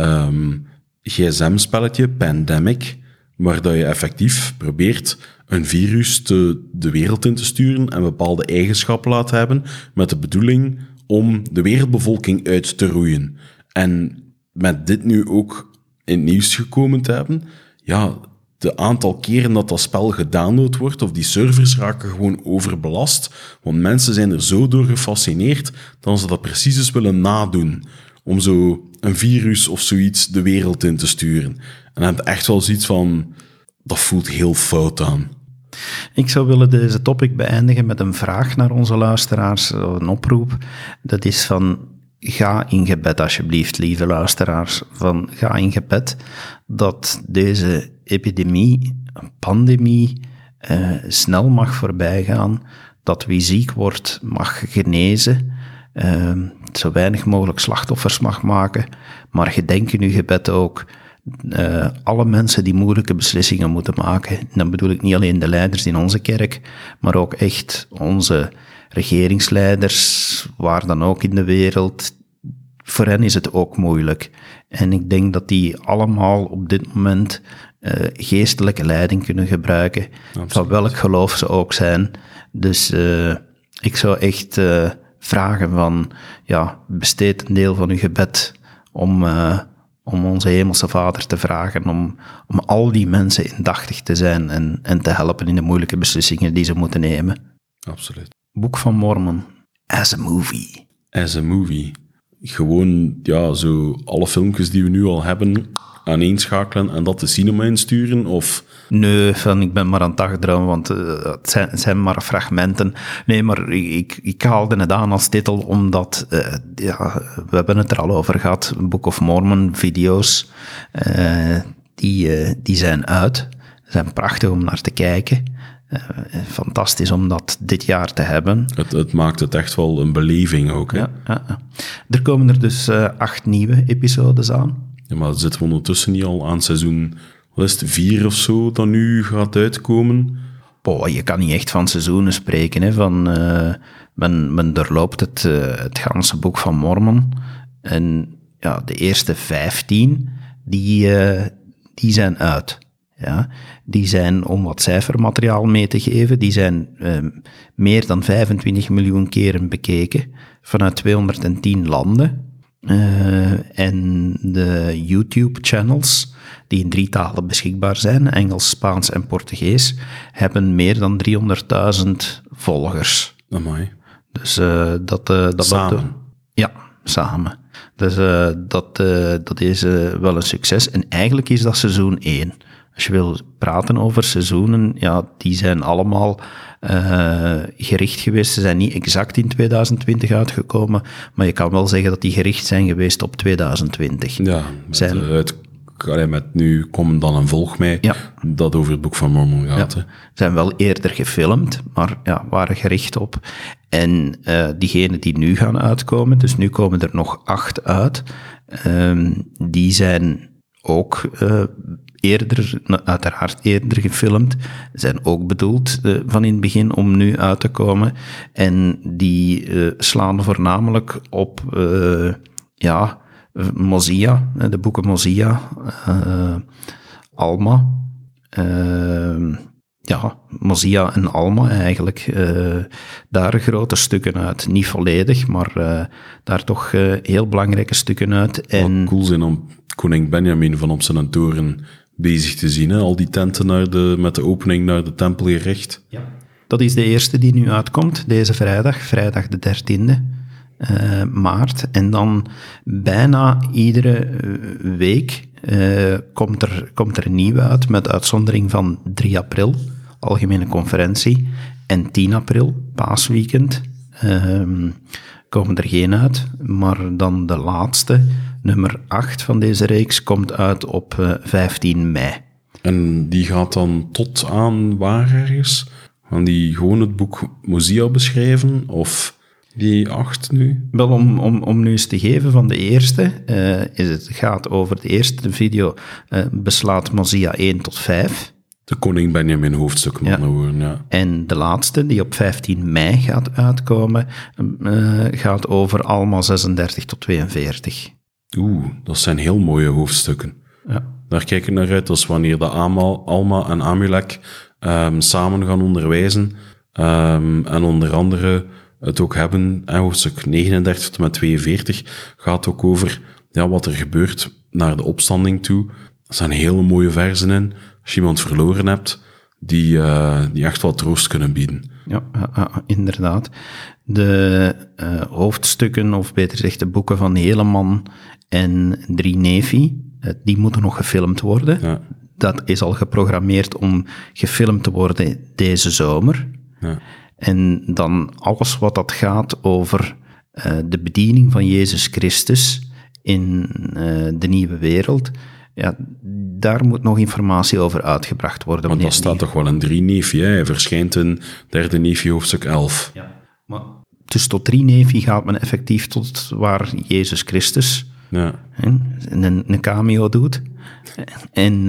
gsm-spelletje, Pandemic, waar dat je effectief probeert een virus de wereld in te sturen en bepaalde eigenschappen laat hebben met de bedoeling om de wereldbevolking uit te roeien. En met dit nu ook in het nieuws gekomen te hebben, ja, de aantal keren dat spel gedownload wordt, of die servers raken gewoon overbelast, want mensen zijn er zo door gefascineerd dat ze dat precies eens willen nadoen, om zo een virus of zoiets de wereld in te sturen. En dan heb je echt wel zoiets van, dat voelt heel fout aan. Ik zou willen deze topic beëindigen met een vraag naar onze luisteraars, een oproep. Dat is van, ga in gebed alsjeblieft, lieve luisteraars. Ga in gebed dat deze epidemie, pandemie, snel mag voorbijgaan. Dat wie ziek wordt, mag genezen. Zo weinig mogelijk slachtoffers mag maken. Maar gedenk in uw gebed ook alle mensen die moeilijke beslissingen moeten maken. Dan bedoel ik niet alleen de leiders in onze kerk, maar ook echt onze regeringsleiders, waar dan ook in de wereld. Voor hen is het ook moeilijk. En ik denk dat die allemaal op dit moment geestelijke leiding kunnen gebruiken, van welk geloof ze ook zijn. Dus ik zou echt vragen van, besteed een deel van uw gebed om onze hemelse Vader te vragen, om al die mensen indachtig te zijn en te helpen in de moeilijke beslissingen die ze moeten nemen. Absoluut. Boek van Mormon, as a movie. As a movie. gewoon zo alle filmpjes die we nu al hebben aaneenschakelen en dat de cinema insturen? Of... Nee, ik ben maar aan het dagdromen, want het zijn maar fragmenten. Nee, maar ik haalde het aan als titel, omdat, we hebben het er al over gehad, Book of Mormon video's, die zijn uit. Ze zijn prachtig om naar te kijken. Fantastisch om dat dit jaar te hebben. Het maakt het echt wel een beleving ook. Hè? Ja. Er komen er dus 8 nieuwe episodes aan. Ja, maar zitten we ondertussen niet al aan seizoen 4 of zo dat nu gaat uitkomen? Je kan niet echt van seizoenen spreken. Hè. Men doorloopt het ganse Boek van Mormon. En de eerste 15, die zijn uit. Ja, die zijn, om wat cijfermateriaal mee te geven, die zijn meer dan 25 miljoen keren bekeken vanuit 210 landen. En de YouTube-channels, die in 3 talen beschikbaar zijn, Engels, Spaans en Portugees, hebben meer dan 300.000 volgers. Amai. Dus dat samen? Ja, samen. Dus dat is wel een succes. En eigenlijk is dat seizoen 1. Als je wil praten over seizoenen, die zijn allemaal gericht geweest. Ze zijn niet exact in 2020 uitgekomen, maar je kan wel zeggen dat die gericht zijn geweest op 2020. Ja, met nu komt dan een volg mij dat over het Boek van Mormon gaat. Ja, zijn wel eerder gefilmd, maar waren gericht op. En diegenen die nu gaan uitkomen, dus nu komen er nog 8 uit, die zijn ook uiteraard eerder gefilmd, zijn ook bedoeld van in het begin om nu uit te komen. En die slaan voornamelijk op Mosiah, de boeken Mosiah, Alma. Mosiah en Alma eigenlijk. Daar grote stukken uit. Niet volledig, maar daar toch heel belangrijke stukken uit. En wat cool zijn om koning Benjamin van op zijn toren bezig te zien. Hè? Al die tenten met de opening naar de tempel gericht. Ja. Dat is de eerste die nu uitkomt, deze vrijdag de 13e maart. En dan bijna iedere week komt er een nieuwe uit, met uitzondering van 3 april, algemene conferentie, en 10 april, paasweekend, komen er geen uit. Maar dan de laatste, nummer 8 van deze reeks, komt uit op 15 mei. En die gaat dan tot aan waar ergens? Gaan die gewoon het boek Mosiah beschrijven, of die 8 nu? Wel, om nu eens te geven van de eerste, het gaat over de eerste video, beslaat Mosiah 1 tot 5. De koning Benjamin hoofdstuk, ja. En de laatste, die op 15 mei gaat uitkomen, gaat over Alma 36 tot 42. Dat zijn heel mooie hoofdstukken. Ja. Daar kijk ik naar uit, als wanneer de Alma en Amulek samen gaan onderwijzen. En onder andere het ook hebben, hoofdstuk 39 tot met 42, gaat ook over wat er gebeurt naar de opstanding toe. Er zijn hele mooie versen in. Als je iemand verloren hebt, die echt wat troost kunnen bieden. Ja, inderdaad. De hoofdstukken, of beter gezegd de boeken van Helaman en 3 Nephi, die moeten nog gefilmd worden. Ja. Dat is al geprogrammeerd om gefilmd te worden deze zomer. Ja. En dan alles wat dat gaat over de bediening van Jezus Christus in de nieuwe wereld, daar moet nog informatie over uitgebracht worden. Want dat staat toch wel in 3 Nephi, hè? Hij verschijnt in 3 Nephi hoofdstuk 11. Ja. Maar dus tot 3 Nephi gaat men effectief tot waar Jezus Christus een cameo doet. En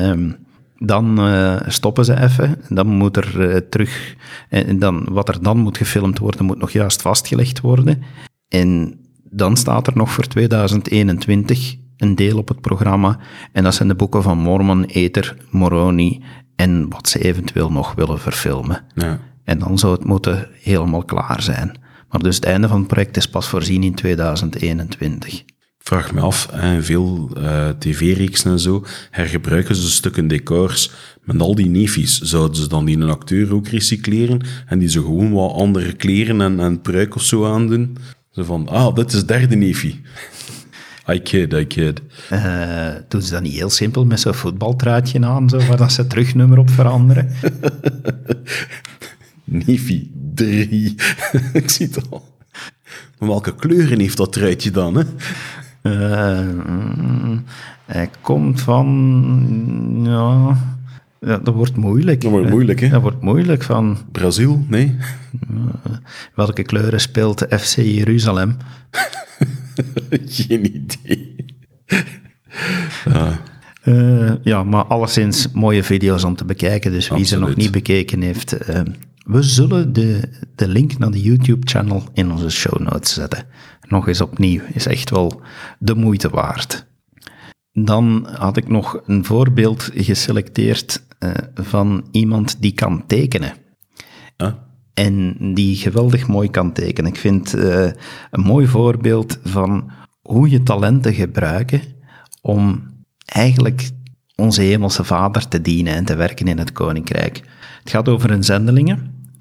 dan stoppen ze even. Dan moet er terug... En dan, wat er dan moet gefilmd worden, moet nog juist vastgelegd worden. En dan staat er nog voor 2021 een deel op het programma. En dat zijn de boeken van Mormon, Ether, Moroni en wat ze eventueel nog willen verfilmen. Ja. En dan zou het moeten helemaal klaar zijn. Maar dus het einde van het project is pas voorzien in 2021. Ik vraag me af, veel tv-reeksen en zo, hergebruiken ze stukken decors met al die nefies. Zouden ze dan die een acteur ook recycleren en die ze gewoon wat andere kleren en pruik of zo aandoen? Zo van, dit is derde neefie. I kid. Doen ze dat niet heel simpel met zo'n voetbaltruitje aan, zo, waar dat ze terugnummer op veranderen? Neefie 3. Ik zie het al. Maar welke kleuren heeft dat truitje dan, hè? Hij komt van... Ja, dat wordt moeilijk. Dat wordt moeilijk, hè? Dat wordt moeilijk van... Brazil? Nee? Welke kleuren speelt de FC Jeruzalem? Geen idee. Ja, maar alleszins mooie video's om te bekijken. Dus wie ze nog niet bekeken heeft... we zullen de link naar de YouTube-channel in onze show notes zetten. Nog eens opnieuw, is echt wel de moeite waard. Dan had ik nog een voorbeeld geselecteerd van iemand die kan tekenen. En die geweldig mooi kan tekenen. Ik vind een mooi voorbeeld van hoe je talenten gebruiken om eigenlijk onze hemelse Vader te dienen en te werken in het Koninkrijk. Het gaat over een zendelinge,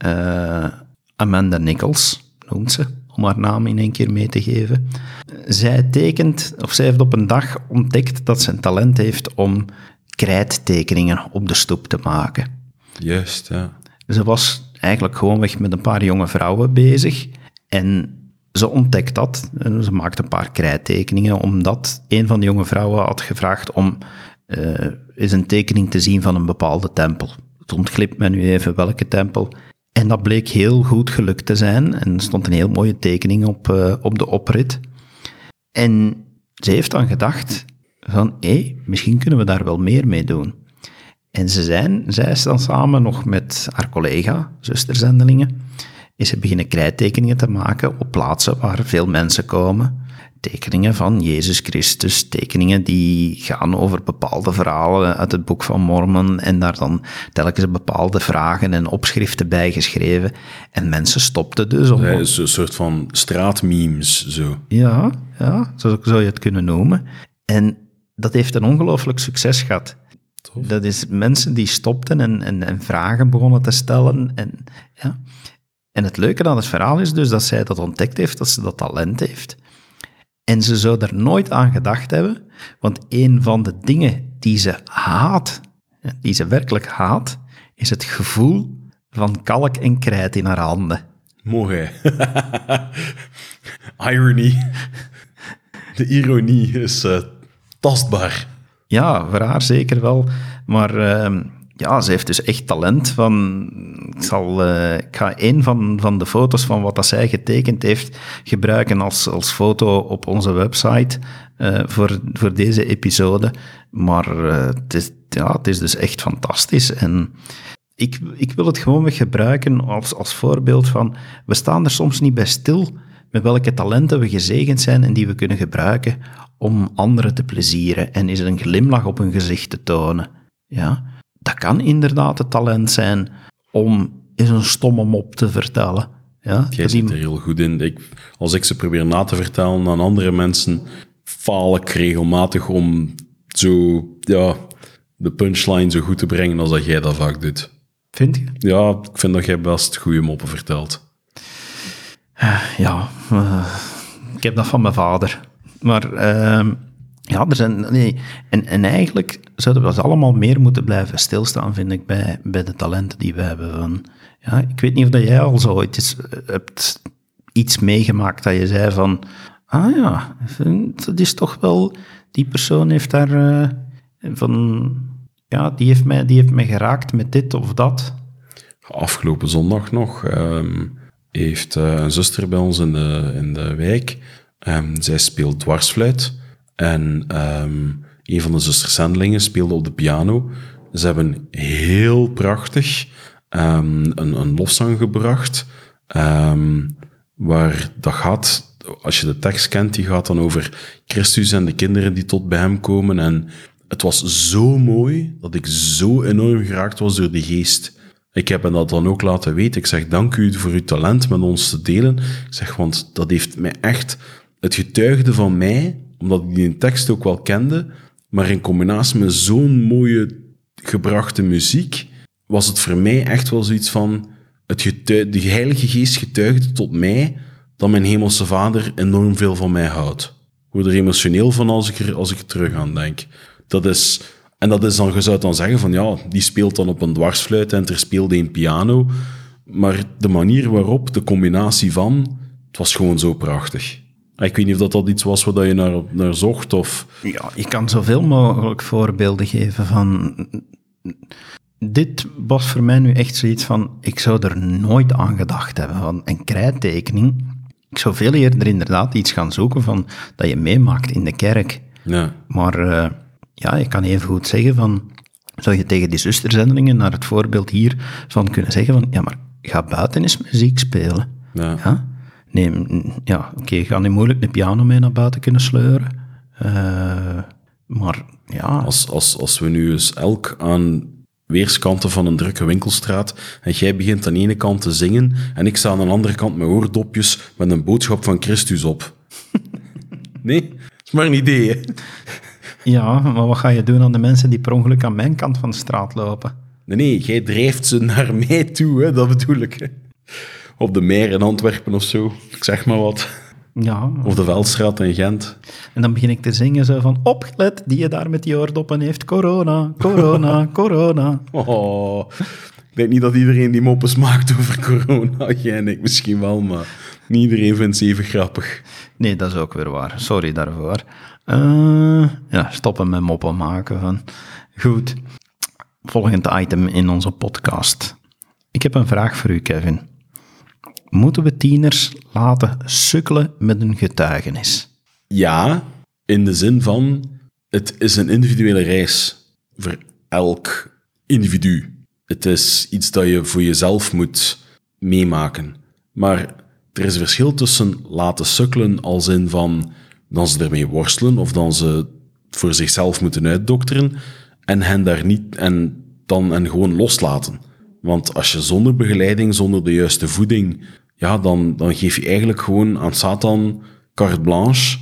Amanda Nichols, noemt ze, om haar naam in één keer mee te geven. Zij heeft op een dag ontdekt dat ze een talent heeft om krijttekeningen op de stoep te maken. Juist, ja. Ze was eigenlijk gewoonweg met een paar jonge vrouwen bezig en ze ontdekt dat. En ze maakt een paar krijttekeningen omdat een van de jonge vrouwen had gevraagd om eens een tekening te zien van een bepaalde tempel. Het ontglipt me nu even welke tempel. En dat bleek heel goed gelukt te zijn. En er stond een heel mooie tekening op de oprit. En ze heeft dan gedacht van, misschien kunnen we daar wel meer mee doen. En zij is dan samen nog met haar collega, zusterzendelingen, is ze beginnen krijttekeningen te maken op plaatsen waar veel mensen komen. Tekeningen van Jezus Christus, tekeningen die gaan over bepaalde verhalen uit het Boek van Mormon en daar dan telkens bepaalde vragen en opschriften bij geschreven. En mensen stopten dus om... Het is een soort van straatmemes, zo. Ja, zo zou je het kunnen noemen. En dat heeft een ongelooflijk succes gehad. Tof. Dat is mensen die stopten en vragen begonnen te stellen. En het leuke aan het verhaal is dus dat zij dat ontdekt heeft, dat ze dat talent heeft. En ze zou er nooit aan gedacht hebben, want een van de dingen die ze haat, die ze werkelijk haat, is het gevoel van kalk en krijt in haar handen. Mooi. Irony. De ironie is tastbaar. Ja, voor haar zeker wel. Maar ze heeft dus echt talent. Ik ga een van de foto's van wat dat zij getekend heeft gebruiken als foto op onze website voor deze episode. Maar het is dus echt fantastisch. En ik wil het gewoon weer gebruiken als voorbeeld van... We staan er soms niet bij stil met welke talenten we gezegend zijn en die we kunnen gebruiken om anderen te plezieren en is een glimlach op hun gezicht te tonen. Ja, dat kan inderdaad het talent zijn om eens een stomme mop te vertellen. Ja, jij zit er heel goed in. Als ik ze probeer na te vertellen aan andere mensen, faal ik regelmatig om de punchline zo goed te brengen als dat jij dat vaak doet. Vind je? Ja, ik vind dat jij best goede moppen vertelt. Ik heb dat van mijn vader. Maar er zijn... Nee. En eigenlijk zouden we allemaal meer moeten blijven stilstaan, vind ik, bij de talenten die we hebben. Ik weet niet of dat jij al zo ooit hebt iets meegemaakt dat je zei van... dat is toch wel... Die persoon heeft daar die heeft mij geraakt met dit of dat. Afgelopen zondag nog heeft een zuster bij ons in de wijk... zij speelt dwarsfluit en een van de zusterzendelingen speelde op de piano. Ze hebben heel prachtig een lofzang gebracht, waar dat gaat, als je de tekst kent, die gaat dan over Christus en de kinderen die tot bij hem komen. En het was zo mooi dat ik zo enorm geraakt was door die geest. Ik heb hem dat dan ook laten weten. Ik zeg, dank u voor uw talent met ons te delen. Ik zeg, want dat heeft mij echt... Het getuigde van mij, omdat ik die tekst ook wel kende, maar in combinatie met zo'n mooie gebrachte muziek, was het voor mij echt wel zoiets van... De Heilige Geest getuigde tot mij dat mijn hemelse vader enorm veel van mij houdt. Ik word er emotioneel van als ik er terug aan denk. Dat is dan, je zou dan zeggen van ja, die speelt dan op een dwarsfluit en er speelde een piano. Maar de manier waarop, de combinatie van, het was gewoon zo prachtig. Ik weet niet of dat iets was waar je naar zocht, of... Ja, ik kan zoveel mogelijk voorbeelden geven van... Dit was voor mij nu echt zoiets van... Ik zou er nooit aan gedacht hebben, van een krijttekening. Ik zou veel eerder inderdaad iets gaan zoeken van dat je meemaakt in de kerk. Ja. Maar je kan even goed zeggen van... Zou je tegen die zusterzendelingen naar het voorbeeld hier van kunnen zeggen van... Ja, maar ga buiten eens muziek spelen. Ja. Ja? Nee, ja, oké, ga niet moeilijk een piano mee naar buiten kunnen sleuren. Maar ja... Als we nu eens elk aan weerskanten van een drukke winkelstraat en jij begint aan de ene kant te zingen en ik sta aan de andere kant met oordopjes met een boodschap van Christus op. Nee? Dat is maar een idee, hè? Ja, maar wat ga je doen aan de mensen die per ongeluk aan mijn kant van de straat lopen? Nee, jij drijft ze naar mij toe, hè? Dat bedoel ik. Hè? Op de Meer in Antwerpen of zo, ik zeg maar wat. Ja. Of de Veldstraat in Gent. En dan begin ik te zingen zo van, opgelet, die je daar met die oordoppen heeft, corona, corona, corona. Oh, ik denk niet dat iedereen die moppes maakt over corona. Jij en ik misschien wel, maar niet iedereen vindt ze even grappig. Nee, dat is ook weer waar. Sorry daarvoor. Stoppen met moppen maken. Van. Goed. Volgend item in onze podcast. Ik heb een vraag voor u, Kevin. Moeten we tieners laten sukkelen met een getuigenis? Ja, in de zin van, het is een individuele reis voor elk individu. Het is iets dat je voor jezelf moet meemaken. Maar er is een verschil tussen laten sukkelen als in van dan ze ermee worstelen of dan ze het voor zichzelf moeten uitdokteren en hen daar niet en gewoon loslaten. Want als je zonder begeleiding, zonder de juiste voeding, ja, dan geef je eigenlijk gewoon aan Satan carte blanche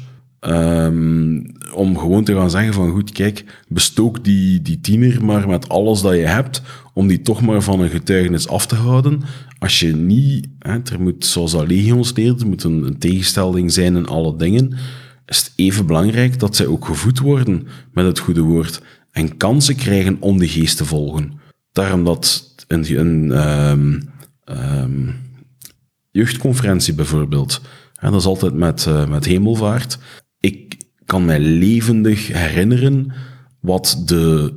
om gewoon te gaan zeggen van goed, kijk, bestook die tiener maar met alles dat je hebt, om die toch maar van een getuigenis af te houden. Als je niet, er moet, zoals dat Legions leert, er moet een tegenstelling zijn in alle dingen, is het even belangrijk dat zij ook gevoed worden met het goede woord en kansen krijgen om de geest te volgen. Daarom dat een jeugdconferentie bijvoorbeeld, dat is altijd met hemelvaart. Ik kan mij levendig herinneren wat de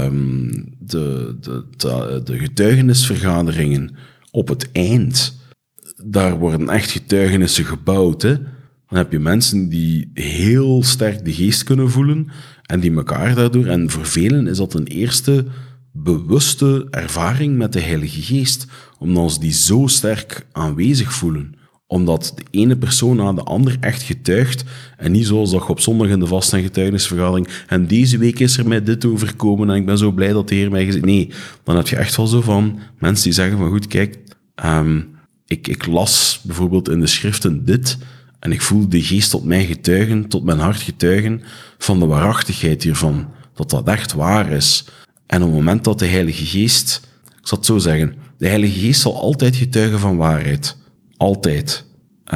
getuigenisvergaderingen op het eind, daar worden echt getuigenissen gebouwd, hè. Dan heb je mensen die heel sterk de geest kunnen voelen en die elkaar daardoor... En voor velen is dat een eerste bewuste ervaring met de Heilige Geest, omdat ze die zo sterk aanwezig voelen. Omdat de ene persoon na de ander echt getuigt en niet zoals dat je op zondag in de vast- en getuigenisvergadering en deze week is er mij dit overkomen en ik ben zo blij dat de Heer mij gezegd... Nee, dan heb je echt wel zo van mensen die zeggen van goed, kijk, ik las bijvoorbeeld in de schriften dit... En ik voel de geest tot mij getuigen, tot mijn hart getuigen van de waarachtigheid hiervan. Dat dat echt waar is. En op het moment dat de Heilige Geest... Ik zal het zo zeggen. De Heilige Geest zal altijd getuigen van waarheid. Altijd.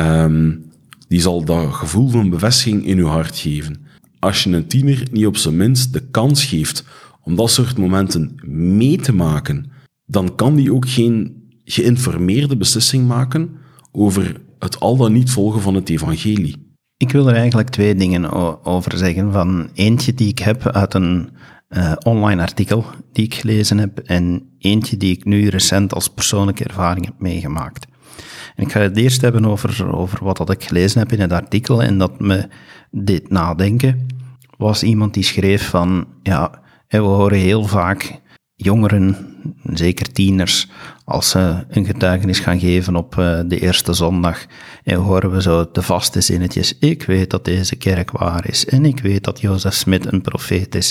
Die zal dat gevoel van bevestiging in uw hart geven. Als je een tiener niet op zijn minst de kans geeft om dat soort momenten mee te maken, dan kan die ook geen geïnformeerde beslissing maken over het al dan niet volgen van het evangelie. Ik wil er eigenlijk twee dingen over zeggen. Van eentje die ik heb uit een online artikel die ik gelezen heb en eentje die ik nu recent als persoonlijke ervaring heb meegemaakt. En ik ga het eerst hebben over wat dat ik gelezen heb in het artikel en dat me deed nadenken. Was iemand die schreef van, ja, we horen heel vaak jongeren, zeker tieners, als ze een getuigenis gaan geven op de eerste zondag, en horen we zo de vaste zinnetjes, ik weet dat deze kerk waar is, en ik weet dat Jozef Smit een profeet is.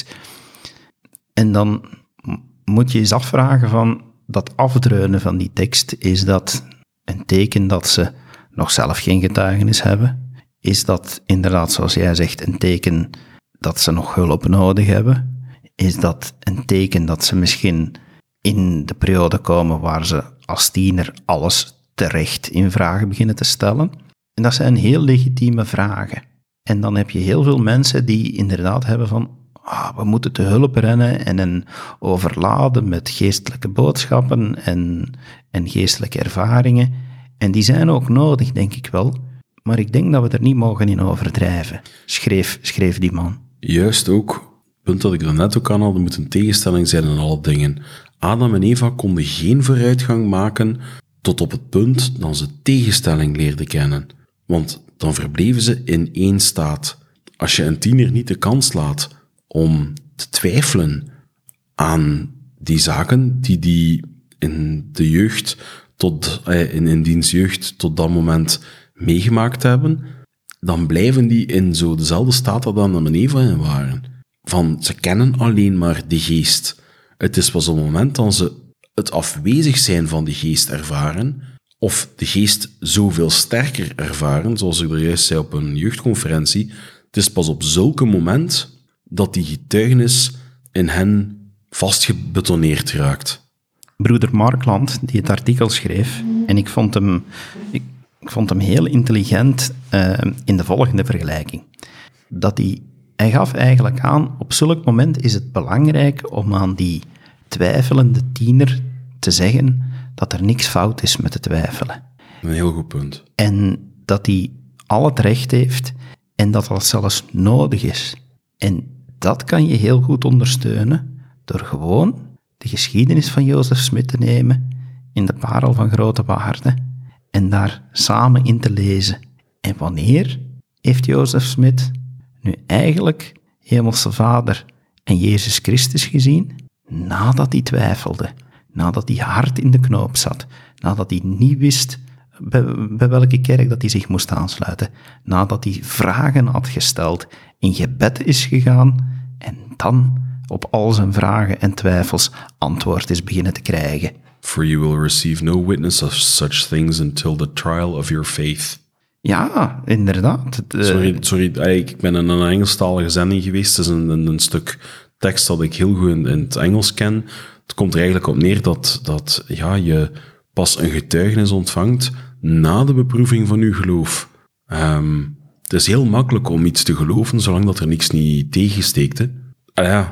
En dan moet je eens afvragen van, dat afdreunen van die tekst, is dat een teken dat ze nog zelf geen getuigenis hebben? Is dat inderdaad, zoals jij zegt, een teken dat ze nog hulp nodig hebben? Is dat een teken dat ze misschien in de periode komen waar ze als tiener alles terecht in vraag beginnen te stellen? En dat zijn heel legitieme vragen. En dan heb je heel veel mensen die inderdaad hebben van, we moeten te hulp rennen en hen overladen met geestelijke boodschappen en geestelijke ervaringen. En die zijn ook nodig, denk ik wel. Maar ik denk dat we er niet mogen in overdrijven, schreef die man. Juist ook, het punt dat ik daarnet ook aanhaalde, moet een tegenstelling zijn in alle dingen. Adam en Eva konden geen vooruitgang maken tot op het punt dat ze tegenstelling leerden kennen. Want dan verbleven ze in één staat. Als je een tiener niet de kans laat om te twijfelen aan die zaken die in de jeugd in diens jeugd tot dat moment meegemaakt hebben, dan blijven die in zo dezelfde staat dat Adam en Eva in waren. Van, ze kennen alleen maar de geest. Het is pas op het moment dat ze het afwezig zijn van de geest ervaren, of de geest zoveel sterker ervaren, zoals ik er juist zei op een jeugdconferentie, het is pas op zulke moment dat die getuigenis in hen vastgebetoneerd raakt. Broeder Markland, die het artikel schreef, en ik vond hem heel intelligent in de volgende vergelijking. Hij gaf eigenlijk aan, op zulk moment is het belangrijk om aan die twijfelende tiener te zeggen dat er niks fout is met het twijfelen. Een heel goed punt. En dat hij al het recht heeft en dat dat zelfs nodig is. En dat kan je heel goed ondersteunen door gewoon de geschiedenis van Jozef Smit te nemen in de Parel van Grote Waarde en daar samen in te lezen. En wanneer heeft Jozef Smit nu eigenlijk Hemelse Vader en Jezus Christus gezien? Nadat hij twijfelde, nadat hij hard in de knoop zat, nadat hij niet wist bij welke kerk dat hij zich moest aansluiten, nadat hij vragen had gesteld, in gebed is gegaan en dan op al zijn vragen en twijfels antwoord is beginnen te krijgen. For you will receive no witness of such things until the trial of your faith. Ja, inderdaad. Sorry, ik ben in een Engelstalige zending geweest. Het is een stuk tekst dat ik heel goed in het Engels ken. Het komt er eigenlijk op neer dat je pas een getuigenis ontvangt na de beproeving van uw geloof. Het is heel makkelijk om iets te geloven, zolang dat er niks niet tegensteekt. Ja.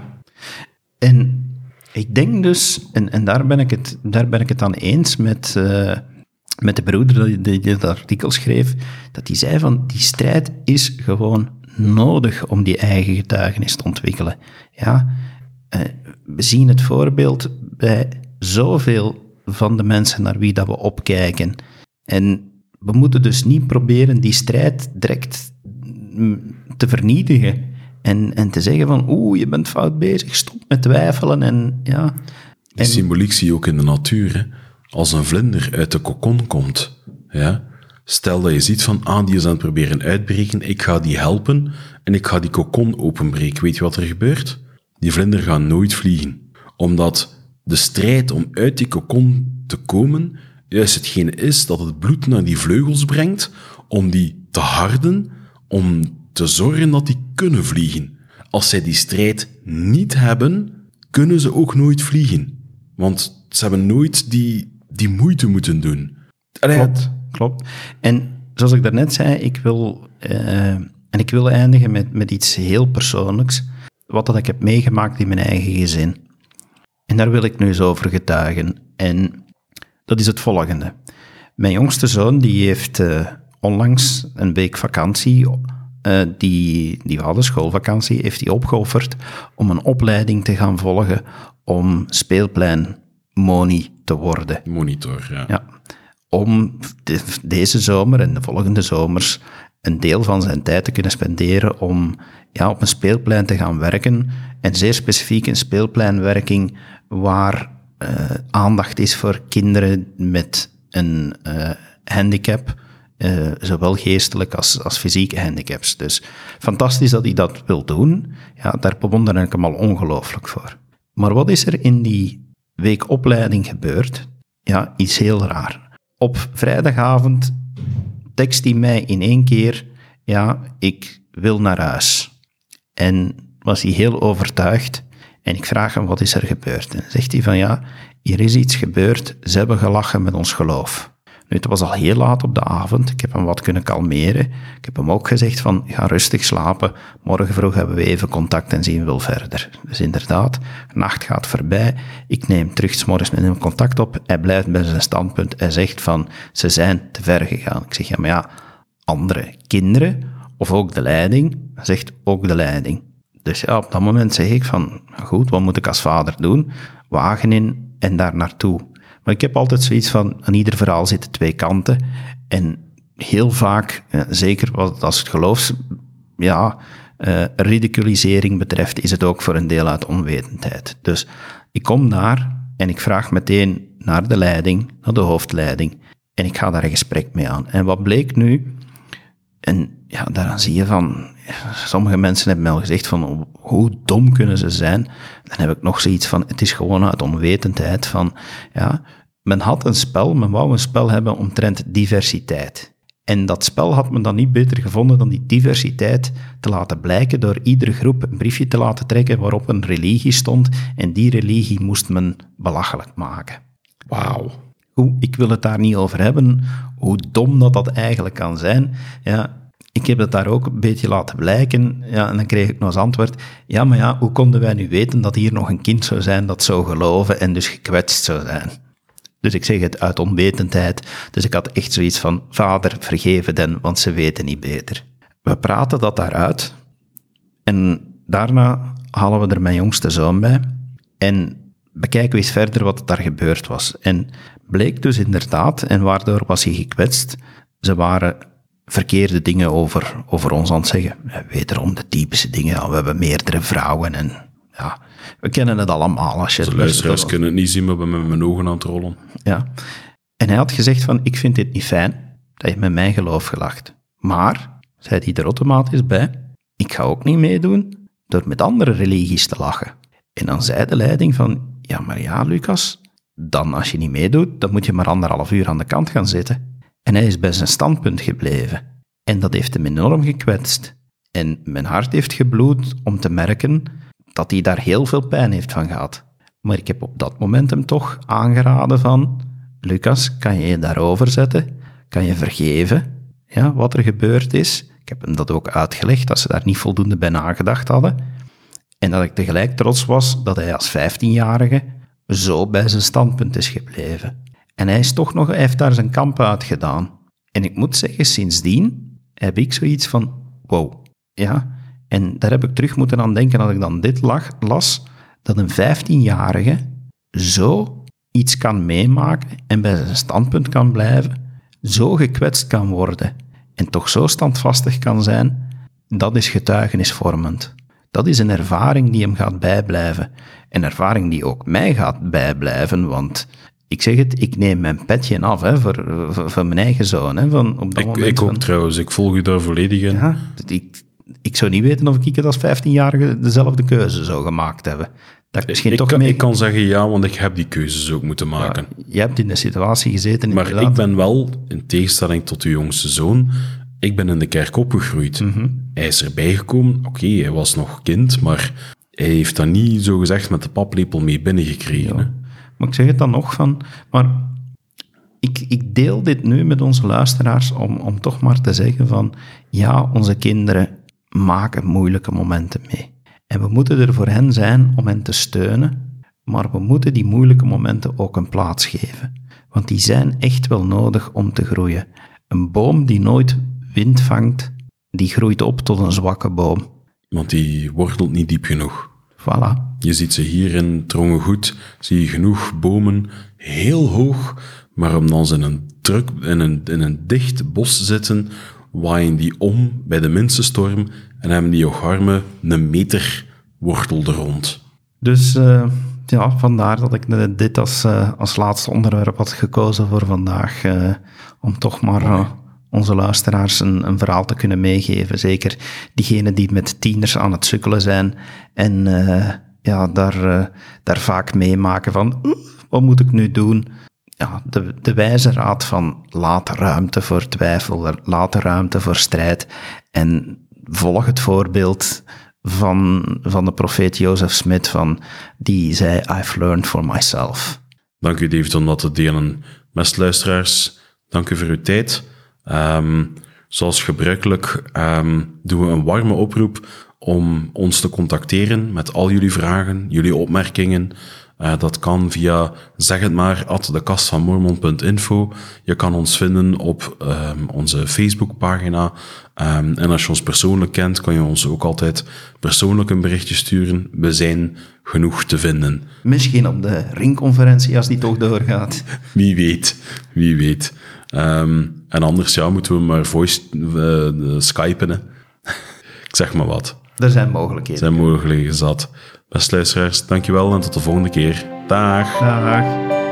En ik denk dus, en daar ben ik het dan eens met de broeder die dit artikel schreef, dat hij zei van, die strijd is gewoon nodig om die eigen getuigenis te ontwikkelen. Ja, we zien het voorbeeld bij zoveel van de mensen naar wie dat we opkijken. En we moeten dus niet proberen die strijd direct te vernietigen en te zeggen van, je bent fout bezig, stop met twijfelen. En, ja. Die symboliek zie je ook in de natuur, hè? Als een vlinder uit de kokon komt, ja? Stel dat je ziet van, die is aan het proberen uitbreken, ik ga die helpen en ik ga die kokon openbreken. Weet je wat er gebeurt? Die vlinder gaat nooit vliegen. Omdat de strijd om uit die kokon te komen juist hetgene is dat het bloed naar die vleugels brengt, om die te harden, om te zorgen dat die kunnen vliegen. Als zij die strijd niet hebben, kunnen ze ook nooit vliegen. Want ze hebben nooit die moeite moeten doen. Klopt. En zoals ik daarnet zei, ik wil eindigen met iets heel persoonlijks, wat dat ik heb meegemaakt in mijn eigen gezin. En daar wil ik nu eens over getuigen. En dat is het volgende. Mijn jongste zoon, die heeft onlangs een week vakantie, die hadden schoolvakantie, heeft hij opgeofferd om een opleiding te gaan volgen om speelpleinmoni te worden. Monitor, ja. Ja. Om deze zomer en de volgende zomers een deel van zijn tijd te kunnen spenderen om op een speelplein te gaan werken. En zeer specifiek een speelpleinwerking waar aandacht is voor kinderen met een handicap, zowel geestelijk als fysieke handicaps. Dus fantastisch dat hij dat wil doen. Ja, daar bewonder ik hem al ongelooflijk voor. Maar wat is er in die week opleiding gebeurd? Ja, iets heel raar. Op vrijdagavond tekst hij mij in één keer, ik wil naar huis. En was hij heel overtuigd. En ik vraag hem, wat is er gebeurd? En dan zegt hij van, hier is iets gebeurd, ze hebben gelachen met ons geloof. Nu, het was al heel laat op de avond. Ik heb hem wat kunnen kalmeren. Ik heb hem ook gezegd van, ga rustig slapen. Morgen vroeg hebben we even contact en zien we wel verder. Dus inderdaad, de nacht gaat voorbij. Ik neem terug 's morgens met hem contact op. Hij blijft bij zijn standpunt. Hij zegt van, ze zijn te ver gegaan. Ik zeg, ja, maar ja, andere kinderen, of ook de leiding, hij zegt ook de leiding. Dus ja, op dat moment zeg ik van, goed, wat moet ik als vader doen? Wagen in en daar naartoe. Maar ik heb altijd zoiets van, aan ieder verhaal zitten twee kanten. En heel vaak, zeker als het ridiculisering betreft, is het ook voor een deel uit onwetendheid. Dus ik kom daar en ik vraag meteen naar de leiding, naar de hoofdleiding. En ik ga daar een gesprek mee aan. En wat bleek nu? En ja, daaraan zie je van, sommige mensen hebben mij al gezegd van, hoe dom kunnen ze zijn? Dan heb ik nog zoiets van, het is gewoon uit onwetendheid van, ja, men had een spel, men wou een spel hebben omtrent diversiteit. En dat spel had men dan niet beter gevonden dan die diversiteit te laten blijken door iedere groep een briefje te laten trekken waarop een religie stond en die religie moest men belachelijk maken. Wauw. Ik wil het daar niet over hebben, hoe dom dat eigenlijk kan zijn. Ja, ik heb het daar ook een beetje laten blijken. Ja, en dan kreeg ik nog als antwoord, ja, maar ja, hoe konden wij nu weten dat hier nog een kind zou zijn dat zou geloven en dus gekwetst zou zijn? Dus ik zeg het uit onwetendheid. Dus ik had echt zoiets van, vader, vergeef hen, want ze weten niet beter. We praten dat daaruit. En daarna halen we er mijn jongste zoon bij. En bekijken we eens verder wat daar gebeurd was. En bleek dus inderdaad, en waardoor was hij gekwetst, ze waren verkeerde dingen over ons aan het zeggen. Wederom de typische dingen, ja, we hebben meerdere vrouwen en ja, we kennen het allemaal. Als je de luisteraars kunnen het niet zien, maar we hebben met mijn ogen aan het rollen. Ja. En hij had gezegd van, ik vind dit niet fijn, dat je met mijn geloof gelacht. Maar, zei hij er automatisch bij, ik ga ook niet meedoen door met andere religies te lachen. En dan zei de leiding van, ja, maar ja, Lucas, dan als je niet meedoet, dan moet je maar 1,5 uur aan de kant gaan zitten. En hij is bij zijn standpunt gebleven. En dat heeft hem enorm gekwetst. En mijn hart heeft gebloed om te merken dat hij daar heel veel pijn heeft van gehad. Maar ik heb op dat moment hem toch aangeraden van, Lucas, kan je je daarover zetten? Kan je vergeven? Ja, wat er gebeurd is? Ik heb hem dat ook uitgelegd, dat ze daar niet voldoende bij nagedacht hadden. En dat ik tegelijk trots was dat hij als 15-jarige zo bij zijn standpunt is gebleven. En hij heeft daar zijn kamp uitgedaan. En ik moet zeggen, sindsdien heb ik zoiets van, wow, ja. En daar heb ik terug moeten aan denken als ik dan dit las, dat een 15-jarige zo iets kan meemaken en bij zijn standpunt kan blijven, zo gekwetst kan worden en toch zo standvastig kan zijn, dat is getuigenisvormend. Dat is een ervaring die hem gaat bijblijven. Een ervaring die ook mij gaat bijblijven, want ik zeg het, ik neem mijn petje af voor mijn eigen zoon. Hè, van op dat moment ik ook trouwens, ik volg u daar volledig in. Ja, ik zou niet weten of ik het als 15-jarige dezelfde keuze zou gemaakt hebben. Ik kan zeggen ja, want ik heb die keuzes ook moeten maken. Ja, je hebt in de situatie gezeten. Maar inderdaad. ik ben wel, in tegenstelling tot uw jongste zoon, ik ben in de kerk opgegroeid. Mm-hmm. Hij is erbij gekomen, oké, hij was nog kind, maar hij heeft dat niet zo gezegd met de paplepel mee binnengekregen. Ja. Maar ik zeg het dan nog van, maar ik deel dit nu met onze luisteraars om toch maar te zeggen van, ja, onze kinderen maken moeilijke momenten mee. En we moeten er voor hen zijn om hen te steunen, maar we moeten die moeilijke momenten ook een plaats geven. Want die zijn echt wel nodig om te groeien. Een boom die nooit wind vangt, die groeit op tot een zwakke boom. Want die wortelt niet diep genoeg. Voilà. Je ziet ze hier in Trongengoed, zie je genoeg bomen, heel hoog, maar omdat ze in een dicht bos zitten, waaien die om bij de minste storm en hebben die ogarmen een meter wortel er rond. Dus ja, vandaar dat ik dit als laatste onderwerp had gekozen voor vandaag, om toch maar onze luisteraars een verhaal te kunnen meegeven. Zeker diegenen die met tieners aan het sukkelen zijn en daar vaak meemaken van, wat moet ik nu doen? Ja, de wijze raad van laat ruimte voor twijfel, laat ruimte voor strijd en volg het voorbeeld van de profeet Joseph Smith, die zei, I've learned for myself. Dank u, David, om dat te delen. Beste luisteraars, Dank u voor uw tijd. Zoals gebruikelijk doen we een warme oproep om ons te contacteren met al jullie vragen, jullie opmerkingen. Dat kan via, zeg het maar, @dekastvanmormon.info. Je kan ons vinden op onze Facebookpagina. En als je ons persoonlijk kent, kan je ons ook altijd persoonlijk een berichtje sturen. We zijn genoeg te vinden. Misschien op de ringconferentie als die toch doorgaat. Wie weet. En anders moeten we maar skypen. Hè. Ik zeg maar wat. Er zijn mogelijkheden. Er zijn mogelijkheden zat. Beste luisteraars, dankjewel en tot de volgende keer. Dag. Dag.